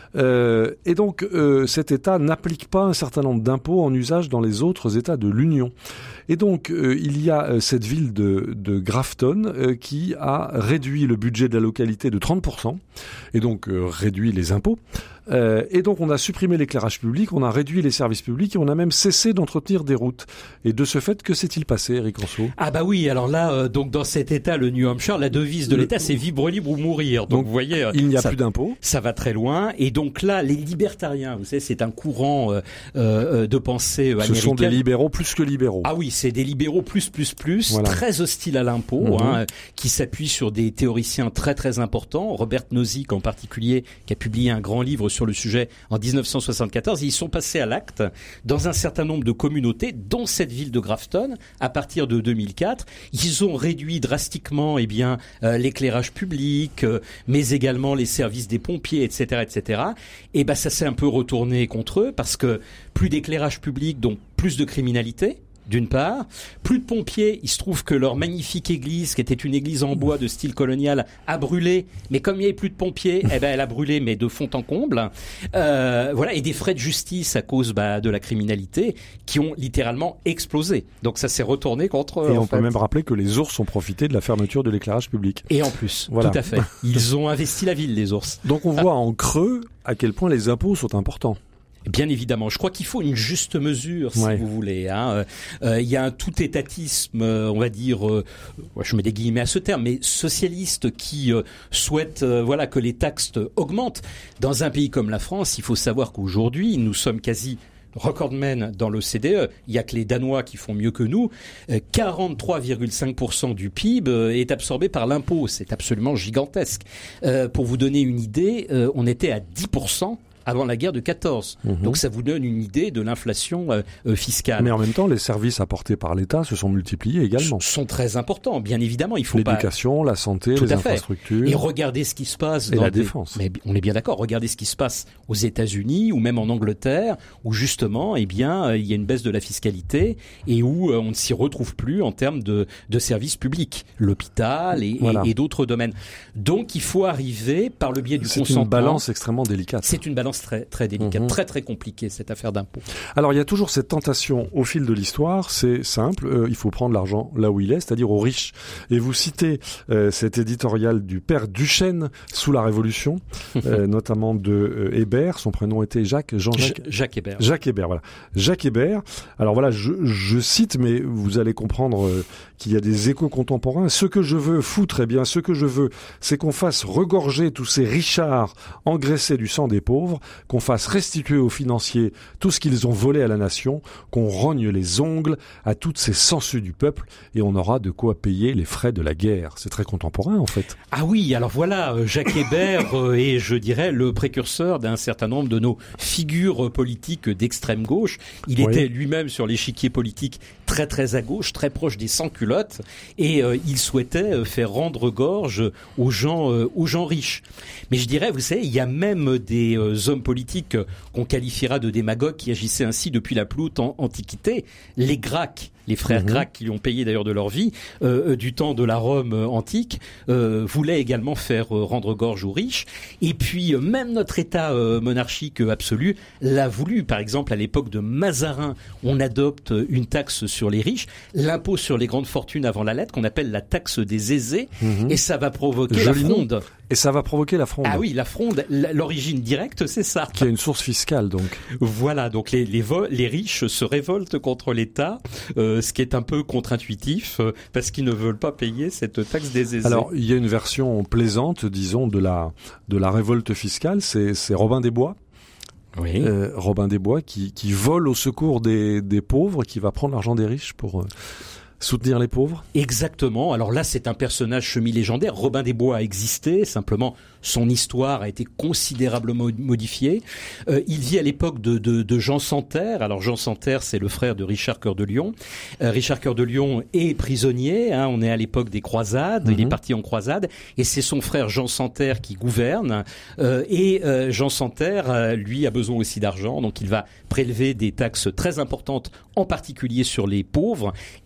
[SPEAKER 3] Euh, et donc euh, cet État n'applique pas un certain nombre d'impôts en usage dans les autres États de l'Union. Et donc euh, il y a euh, cette ville de, de Grafton euh, qui a réduit le budget de la localité de trente pour cent et donc euh, réduit les impôts. Euh, et donc on a supprimé l'éclairage public, on a réduit les services publics et on a même cessé d'entretenir des routes. Et de ce fait, que s'est-il passé, Eric Anceau ?
[SPEAKER 4] Ah bah oui, alors là, euh, donc dans cet État, le New Hampshire, la devise de le... l'État, c'est vivre libre ou mourir. Donc, donc vous voyez, euh,
[SPEAKER 3] il n'y a
[SPEAKER 4] ça,
[SPEAKER 3] plus d'impôts.
[SPEAKER 4] Ça va très loin. Et donc là, les libertariens, vous savez, c'est un courant euh, euh, de pensée euh, américaine.
[SPEAKER 3] Ce sont des libéraux plus que libéraux.
[SPEAKER 4] Ah oui, c'est des libéraux plus plus plus, voilà. Très hostiles à l'impôt, mmh. hein, qui s'appuient sur des théoriciens très très importants. Robert Nozick en particulier, qui a publié un grand livre sur le sujet en dix-neuf cent soixante-quatorze, ils sont passés à l'acte dans un certain nombre de communautés, dont cette ville de Grafton, à partir de deux mille quatre. Ils ont réduit drastiquement eh bien, euh, l'éclairage public, euh, mais également les services des pompiers, et cetera, et cetera. Et ben, ça s'est un peu retourné contre eux, parce que plus d'éclairage public, donc plus de criminalité. D'une part, plus de pompiers, il se trouve que leur magnifique église, qui était une église en bois de style colonial, a brûlé, mais comme il n'y avait plus de pompiers, eh ben elle a brûlé, mais de fond en comble. Euh, voilà, et des frais de justice à cause bah, de la criminalité qui ont littéralement explosé. Donc ça s'est retourné contre eux.
[SPEAKER 3] Et on
[SPEAKER 4] fait.
[SPEAKER 3] peut même rappeler que les ours ont profité de la fermeture de l'éclairage public.
[SPEAKER 4] Et en plus,
[SPEAKER 3] voilà.
[SPEAKER 4] Tout à fait. Ils ont investi la ville, les ours.
[SPEAKER 3] Donc on voit en creux à quel point les impôts sont importants.
[SPEAKER 4] Bien évidemment, je crois qu'il faut une juste mesure, si ouais. vous voulez. Hein. Euh, il y a un tout-étatisme, euh, on va dire, euh, je mets des guillemets à ce terme, mais socialiste qui euh, souhaite, euh, voilà, que les taxes augmentent. Dans un pays comme la France, il faut savoir qu'aujourd'hui, nous sommes quasi recordman dans l'O C D E. Il y a que les Danois qui font mieux que nous. quarante-trois virgule cinq pour cent du P I B est absorbé par l'impôt. C'est absolument gigantesque. Euh, pour vous donner une idée, euh, on était à dix pour cent avant la guerre de quatorze. Mmh. Donc ça vous donne une idée de l'inflation euh, euh, fiscale.
[SPEAKER 3] Mais en même temps, les services apportés par l'État se sont multipliés également.
[SPEAKER 4] S- sont très importants, bien évidemment. Il faut
[SPEAKER 3] L'éducation,
[SPEAKER 4] pas...
[SPEAKER 3] la santé,
[SPEAKER 4] Tout
[SPEAKER 3] les
[SPEAKER 4] à fait.
[SPEAKER 3] infrastructures.
[SPEAKER 4] Et regardez ce qui se passe
[SPEAKER 3] et
[SPEAKER 4] dans
[SPEAKER 3] la
[SPEAKER 4] des...
[SPEAKER 3] défense.
[SPEAKER 4] Mais on est bien d'accord. Regardez ce qui se passe aux États-Unis ou même en Angleterre, où justement, eh bien, euh, il y a une baisse de la fiscalité et où euh, on ne s'y retrouve plus en termes de, de services publics, l'hôpital et, voilà. et, et d'autres domaines. Donc, il faut arriver par le biais du
[SPEAKER 3] C'est
[SPEAKER 4] consentement.
[SPEAKER 3] C'est une balance extrêmement délicate.
[SPEAKER 4] C'est une balance très très délicate. Mmh. Très très compliqué cette affaire d'impôt.
[SPEAKER 3] Alors il y a toujours cette tentation au fil de l'histoire, c'est simple, euh, il faut prendre l'argent là où il est, c'est-à-dire aux riches. Et vous citez euh, cet éditorial du père Duchesne sous la Révolution, euh, notamment de euh, Hébert, son prénom était Jacques, Jean-Jacques...
[SPEAKER 4] J- Jacques Hébert.
[SPEAKER 3] Jacques Hébert, voilà. Jacques Hébert, alors voilà, je, je cite, mais vous allez comprendre euh, qu'il y a des échos contemporains. Ce que je veux foutre, eh bien ce que je veux, c'est qu'on fasse regorger tous ces richards engraissés du sang des pauvres, qu'on fasse restituer aux financiers tout ce qu'ils ont volé à la nation, qu'on rogne les ongles à toutes ces sangsues du peuple et on aura de quoi payer les frais de la guerre. C'est très contemporain en fait.
[SPEAKER 4] Ah oui, alors voilà, Jacques Hébert euh, est, je dirais, le précurseur d'un certain nombre de nos figures politiques d'extrême gauche. Il oui. était lui-même sur l'échiquier politique très très à gauche, très proche des sans-culottes et euh, il souhaitait faire rendre gorge aux gens, euh, aux gens riches. Mais je dirais, vous savez, il y a même des euh, hommes politiques qu'on qualifiera de démagogues qui agissaient ainsi depuis la plus haute an- antiquité. Les Gracques, les frères mmh. Gracques, qui lui ont payé d'ailleurs de leur vie, euh, du temps de la Rome euh, antique, euh, voulaient également faire euh, rendre gorge aux riches. Et puis, euh, même notre État euh, monarchique euh, absolu l'a voulu. Par exemple, à l'époque de Mazarin, on adopte une taxe sur les riches, l'impôt sur les grandes fortunes avant la lettre, qu'on appelle la taxe des aisés, mmh. et ça va provoquer
[SPEAKER 3] Joli
[SPEAKER 4] la fronde.
[SPEAKER 3] Nom. Et ça va provoquer la fronde.
[SPEAKER 4] Ah oui, la fronde, l'origine directe, c'est ça.
[SPEAKER 3] Qui a une source fiscale, donc.
[SPEAKER 4] Voilà, donc les les, vo- les riches se révoltent contre l'État, euh, ce qui est un peu contre-intuitif, euh, parce qu'ils ne veulent pas payer cette taxe des aisés.
[SPEAKER 3] Alors, il y a une version plaisante, disons, de la de la révolte fiscale, c'est c'est Robin des Bois.
[SPEAKER 4] Oui.
[SPEAKER 3] Euh, Robin des Bois qui qui vole au secours des des pauvres, qui va prendre l'argent des riches pour euh, soutenir les pauvres.
[SPEAKER 4] Exactement. Alors là, c'est un personnage semi-légendaire. Robin des Bois a existé, simplement son histoire a été considérablement modifiée. Euh, il vit à l'époque de, de, de Jean Santerre. Alors Jean Santerre, c'est le frère de Richard Cœur de Lion. Euh, Richard Cœur de Lion est prisonnier. Hein, on est à l'époque des croisades. Mm-hmm. Il est parti en croisade. Et c'est son frère Jean Santerre qui gouverne. Euh, et euh, Jean Santerre, euh, lui, a besoin aussi d'argent. Donc il va prélever des taxes très importantes, en particulier sur les pauvres. Et dans la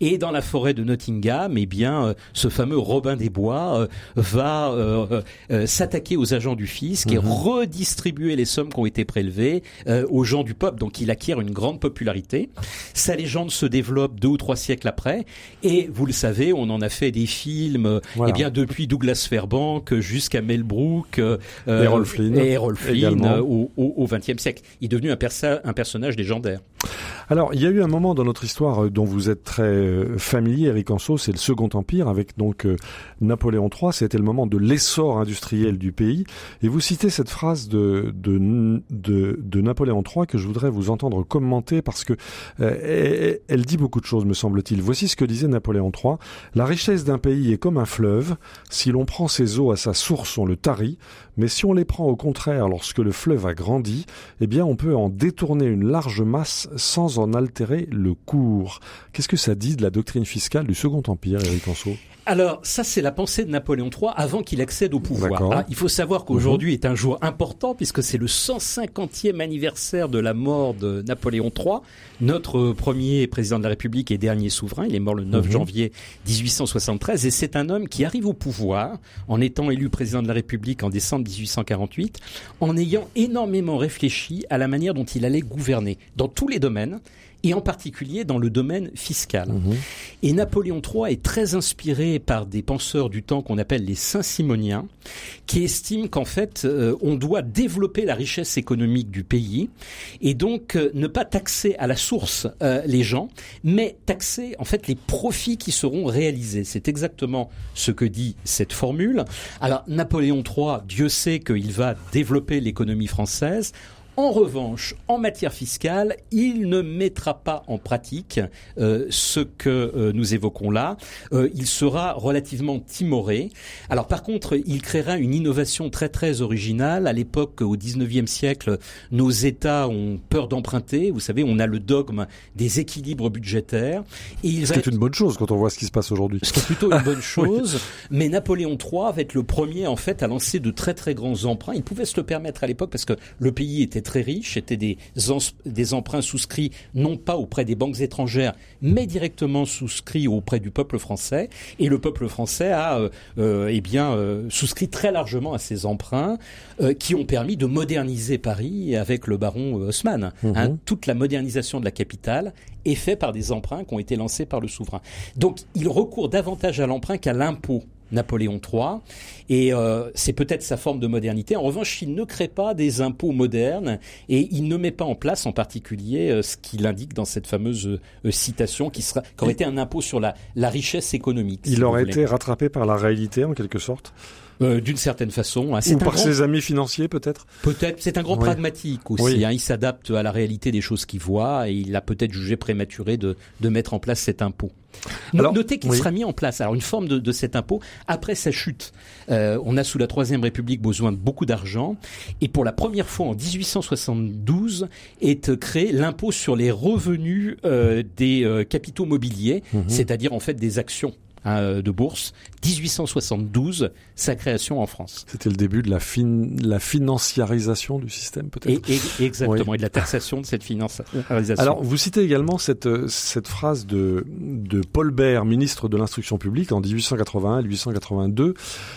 [SPEAKER 4] forêt de Nottingham, eh bien, euh, ce fameux Robin des Bois euh, va euh, euh, s'attaquer aux agents du fisc mmh. et redistribuer les sommes qui ont été prélevées euh, aux gens du peuple. Donc, il acquiert une grande popularité. Sa légende se développe deux ou trois siècles après. Et vous le savez, on en a fait des films, voilà. eh bien, depuis Douglas Fairbanks jusqu'à Mel Brooks, euh,
[SPEAKER 3] Errol Flynn,
[SPEAKER 4] et Errol Flynn euh, au, au, au vingtième siècle. Il est devenu un, persa- un personnage légendaire.
[SPEAKER 3] Alors, il y a eu un moment dans notre histoire dont vous êtes très familier, Eric Anceau, c'est le Second Empire, avec donc euh, Napoléon trois. C'était le moment de l'essor industriel du pays. Et vous citez cette phrase de, de, de, de Napoléon trois que je voudrais vous entendre commenter parce que euh, elle, elle dit beaucoup de choses, me semble-t-il. Voici ce que disait Napoléon trois. La richesse d'un pays est comme un fleuve. Si l'on prend ses eaux à sa source, on le tarit. Mais si on les prend au contraire lorsque le fleuve a grandi, eh bien on peut en détourner une large masse sans en altérer le cours. Qu'est-ce que ça dit de la doctrine fiscale du Second Empire, Eric Anceau ?
[SPEAKER 4] Alors, ça, c'est la pensée de Napoléon trois avant qu'il accède au pouvoir. Ah, il faut savoir qu'aujourd'hui mmh. est un jour important puisque c'est le cent cinquantième anniversaire de la mort de Napoléon trois, notre premier président de la République et dernier souverain. Il est mort le neuf mmh. janvier dix-huit cent soixante-treize et c'est un homme qui arrive au pouvoir en étant élu président de la République en décembre dix-huit cent quarante-huit, en ayant énormément réfléchi à la manière dont il allait gouverner dans tous les domaines, et en particulier dans le domaine fiscal. Mmh. Et Napoléon trois est très inspiré par des penseurs du temps qu'on appelle les Saint-Simoniens, qui estiment qu'en fait, euh, on doit développer la richesse économique du pays, et donc euh, ne pas taxer à la source euh, les gens, mais taxer en fait les profits qui seront réalisés. C'est exactement ce que dit cette formule. Alors Napoléon trois, Dieu sait qu'il va développer l'économie française. En revanche, en matière fiscale, il ne mettra pas en pratique euh, ce que euh, nous évoquons là. Euh, il sera relativement timoré. Alors par contre, il créera une innovation très très originale. À l'époque, au dix-neuvième siècle, nos États ont peur d'emprunter. Vous savez, on a le dogme des équilibres budgétaires. Et il
[SPEAKER 3] ce
[SPEAKER 4] va...
[SPEAKER 3] qui est une bonne chose quand on voit ce qui se passe aujourd'hui.
[SPEAKER 4] Ce qui est plutôt une bonne chose. Oui. Mais Napoléon trois va être le premier en fait à lancer de très très grands emprunts. Il pouvait se le permettre à l'époque parce que le pays était très riches, étaient des, des emprunts souscrits non pas auprès des banques étrangères, mais directement souscrits auprès du peuple français. Et le peuple français a euh, euh, eh bien, euh, souscrit très largement à ces emprunts euh, qui ont permis de moderniser Paris avec le baron Haussmann. Mmh. Hein, toute la modernisation de la capitale est faite par des emprunts qui ont été lancés par le souverain. Donc, il recourt davantage à l'emprunt qu'à l'impôt. Napoléon trois, et euh, c'est peut-être sa forme de modernité. En revanche, il ne crée pas des impôts modernes et il ne met pas en place en particulier euh, ce qu'il indique dans cette fameuse euh, citation qui, sera, qui aurait été un impôt sur la, la richesse économique.
[SPEAKER 3] Il si aurait été rattrapé par la réalité en quelque sorte.
[SPEAKER 4] Euh, d'une certaine façon. Hein.
[SPEAKER 3] C'est Ou par grand... ses amis financiers peut-être.
[SPEAKER 4] Peut-être. C'est un grand oui. pragmatique aussi. Oui. Hein. Il s'adapte à la réalité des choses qu'il voit et il a peut-être jugé prématuré de, de mettre en place cet impôt. Alors, notez qu'il oui. sera mis en place. Alors une forme de, de cet impôt après sa chute. Euh, on a sous la Troisième République besoin de beaucoup d'argent et pour la première fois en dix-huit cent soixante-douze est créé l'impôt sur les revenus euh, des euh, capitaux mobiliers, mmh. c'est-à-dire en fait des actions. Hein, de bourse, dix-huit cent soixante-douze, sa création en France.
[SPEAKER 3] C'était le début de la, fin, la financiarisation du système, peut-être.
[SPEAKER 4] Et, et, exactement, oui. et de la taxation de cette financiarisation.
[SPEAKER 3] Alors, vous citez également cette, cette phrase de, de Paul Bert, ministre de l'Instruction publique, en dix-huit cent quatre-vingt-un à dix-huit cent quatre-vingt-deux.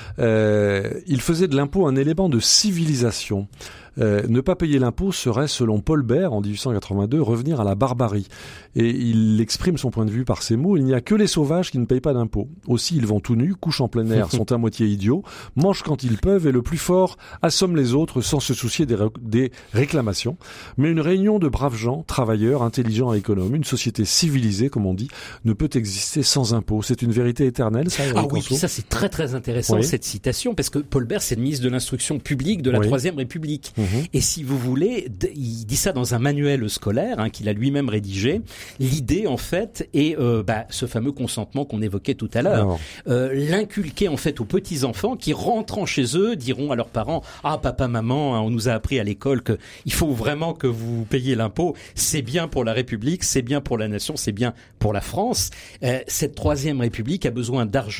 [SPEAKER 3] Euh, il faisait de l'impôt un élément de civilisation. Euh, ne pas payer l'impôt serait, selon Paul Bert, en dix-huit cent quatre-vingt-deux, revenir à la barbarie. Et il exprime son point de vue par ces mots. Il n'y a que les sauvages qui ne payent pas d'impôt. Aussi, ils vont tout nus, couchent en plein air, sont à moitié idiots, mangent quand ils peuvent et le plus fort assomme les autres sans se soucier des, ré- des réclamations. Mais une réunion de braves gens, travailleurs, intelligents et économes, une société civilisée, comme on dit, ne peut exister sans impôt. C'est une vérité éternelle, ça, Eric
[SPEAKER 4] Ah oui,
[SPEAKER 3] Anceau.
[SPEAKER 4] Ça c'est très très intéressant, oui. cette citation, parce que Paul Bert, c'est le ministre de l'Instruction publique de la oui. Troisième République. Mmh. Et si vous voulez, il dit ça dans un manuel scolaire hein, qu'il a lui-même rédigé. L'idée, en fait, est euh, bah, ce fameux consentement qu'on évoquait tout à l'heure. Euh, l'inculquer, en fait, aux petits-enfants qui, rentrant chez eux, diront à leurs parents « Ah, papa, maman, on nous a appris à l'école qu'il faut vraiment que vous payiez l'impôt. C'est bien pour la République, c'est bien pour la nation, c'est bien pour la France. Euh, cette Troisième République a besoin d'argent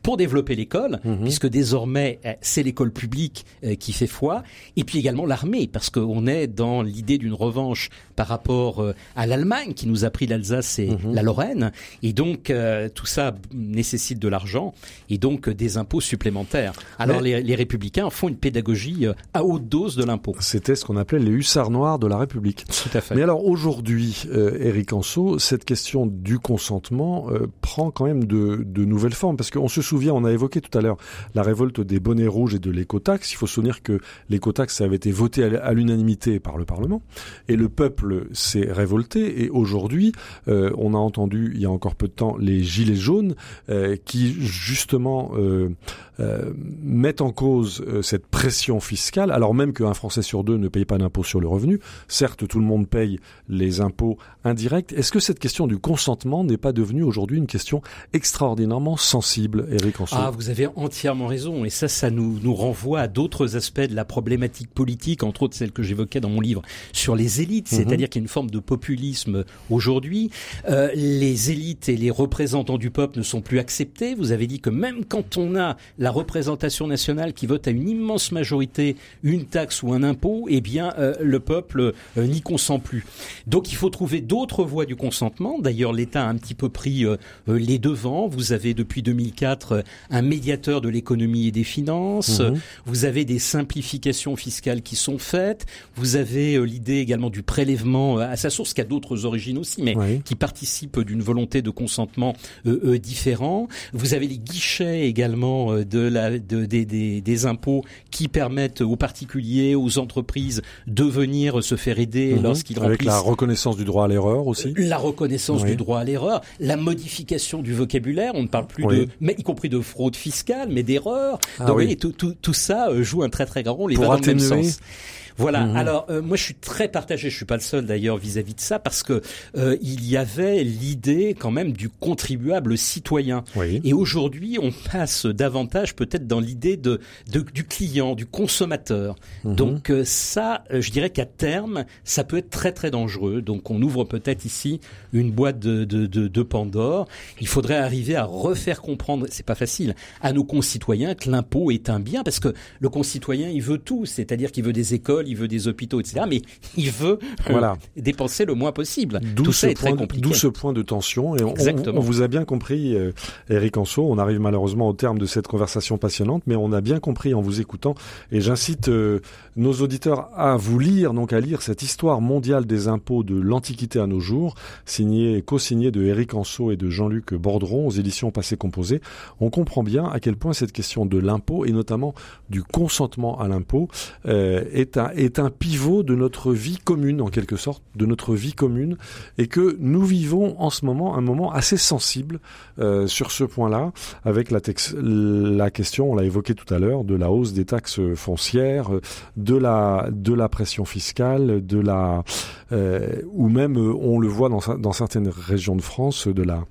[SPEAKER 4] pour développer l'école, mmh. puisque désormais c'est l'école publique qui fait foi, et puis également l'armée, parce qu'on est dans l'idée d'une revanche par rapport à l'Allemagne qui nous a pris l'Alsace et mmh. la Lorraine, et donc euh, tout ça nécessite de l'argent et donc des impôts supplémentaires. Alors les, les républicains font une pédagogie à haute dose de l'impôt.
[SPEAKER 3] C'était ce qu'on appelait les hussards noirs de la République.
[SPEAKER 4] Tout à fait.
[SPEAKER 3] Mais alors aujourd'hui, euh, Éric Anseau, cette question du consentement euh, prend quand même de, de nouvelles formes, parce qu'on se souvient, on a évoqué tout à l'heure la révolte des bonnets rouges et de l'écotaxe. Il faut se souvenir que l'écotaxe, ça avait été voté à, à l'unanimité par le Parlement, et le peuple s'est révolté. Et aujourd'hui, euh, on a entendu il y a encore peu de temps les gilets jaunes euh, qui justement euh, euh, mettent en cause euh, cette pression fiscale, alors même qu'un Français sur deux ne paye pas d'impôt sur le revenu. Certes, tout le monde paye les impôts indirects. Est-ce que cette question du consentement n'est pas devenue aujourd'hui une question extraordinairement sensible, Éric Anseau?
[SPEAKER 4] Ah, vous avez entièrement raison. Et ça, ça nous, nous renvoie à d'autres aspects de la problématique politique, entre autres celle que j'évoquais dans mon livre sur les élites. Mmh. C'est-à-dire qu'il y a une forme de populisme aujourd'hui. Euh, les élites et les représentants du peuple ne sont plus acceptés. Vous avez dit que même quand on a la représentation nationale qui vote à une immense majorité une taxe ou un impôt, eh bien euh, le peuple euh, n'y consent plus. Donc il faut trouver d'autres voies du consentement. D'ailleurs, l'État a un petit peu pris euh, les devants. Vous avez depuis deux mille quatre euh, un médiateur de l'économie et des finances. Mmh. Vous avez des simplifications fiscales qui sont faites. Vous avez euh, l'idée également du prélèvement euh, à sa source, qui a d'autres origines aussi, mais oui. qui participe d'une volonté de consentement euh, euh, différent. Vous avez les guichets également euh, de la, de, des, des, des impôts qui permettent aux particuliers, aux entreprises de venir se faire aider mmh. lorsqu'ils remplissent.
[SPEAKER 3] Avec la reconnaissance du droit à l'erreur aussi.
[SPEAKER 4] La reconnaissance oui. du droit à l'erreur, la modification du vocabulaire, on ne parle plus oui. de, mais y compris de fraude fiscale, mais d'erreur. Ah, Donc oui. oui, tout, tout, tout ça joue un très très grand rôle.
[SPEAKER 3] Pour
[SPEAKER 4] va
[SPEAKER 3] atténuer.
[SPEAKER 4] Dans le même sens. Voilà. Mmh. Alors euh, moi je suis très partagé. Je suis pas le seul d'ailleurs vis-à-vis de ça, parce que euh, il y avait l'idée quand même du contribuable citoyen.
[SPEAKER 3] Oui.
[SPEAKER 4] Et aujourd'hui on passe davantage peut-être dans l'idée de, de du client, du consommateur. Mmh. Donc euh, ça, euh, je dirais qu'à terme ça peut être très très dangereux. Donc on ouvre peut-être ici une boîte de, de, de, de Pandore. Il faudrait arriver à refaire comprendre, c'est pas facile, à nos concitoyens que l'impôt est un bien, parce que le concitoyen il veut tout, c'est-à-dire qu'il veut des écoles, il veut des hôpitaux, et cetera. Mais il veut voilà. euh, dépenser le moins possible.
[SPEAKER 3] D'où
[SPEAKER 4] Tout ça est
[SPEAKER 3] point,
[SPEAKER 4] très compliqué.
[SPEAKER 3] D'où ce point de tension. Et on,
[SPEAKER 4] Exactement.
[SPEAKER 3] On, on vous a bien compris, euh, Éric Anseau. On arrive malheureusement au terme de cette conversation passionnante, mais on a bien compris en vous écoutant. Et j'incite euh, nos auditeurs à vous lire, donc à lire cette histoire mondiale des impôts de l'Antiquité à nos jours, signée, co-signée de Éric Anseau et de Jean-Luc Bordron aux éditions Passé Composé. On comprend bien à quel point cette question de l'impôt, et notamment du consentement à l'impôt, euh, est un est un pivot de notre vie commune, en quelque sorte, de notre vie commune, et que nous vivons en ce moment un moment assez sensible euh, sur ce point-là, avec la, tex- la question, on l'a évoqué tout à l'heure, de la hausse des taxes foncières, de la de la pression fiscale, de la euh, ou même on le voit dans dans certaines régions de France, de la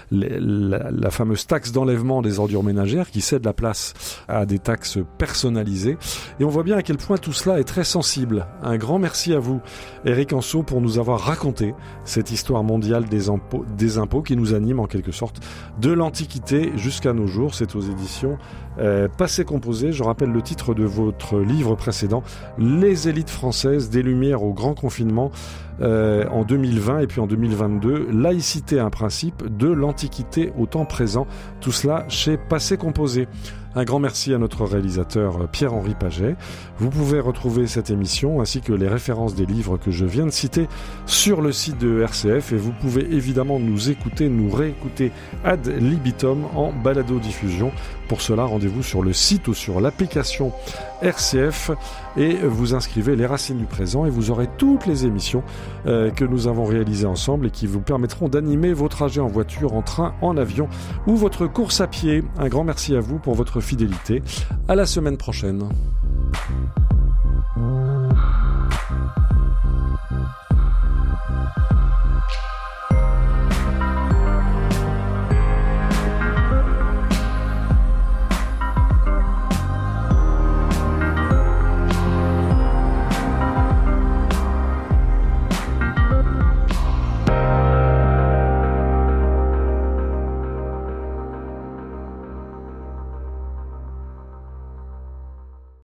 [SPEAKER 3] la, la fameuse taxe d'enlèvement des ordures ménagères qui cède la place à des taxes personnalisées, et on voit bien à quel point tout cela est très sensible. Un grand merci à vous, Éric Anseau, pour nous avoir raconté cette histoire mondiale des impôts, des impôts qui nous anime en quelque sorte de l'Antiquité jusqu'à nos jours. C'est aux éditions euh, Passé Composé. Je rappelle le titre de votre livre précédent, Les élites françaises, des Lumières au grand confinement, euh, en deux mille vingt et puis en deux mille vingt-deux, Laïcité, un principe, de l'Antiquité au temps présent. Tout cela chez Passé Composé. Un grand merci à notre réalisateur Pierre-Henri Paget. Vous pouvez retrouver cette émission ainsi que les références des livres que je viens de citer sur le site de R C F, et vous pouvez évidemment nous écouter, nous réécouter ad libitum en balado-diffusion. Pour cela, rendez-vous sur le site ou sur l'application R C F et vous inscrivez Les Racines du Présent, et vous aurez toutes les émissions euh, que nous avons réalisées ensemble et qui vous permettront d'animer vos trajets en voiture, en train, en avion ou votre course à pied. Un grand merci à vous pour votre fidélité. À la semaine prochaine.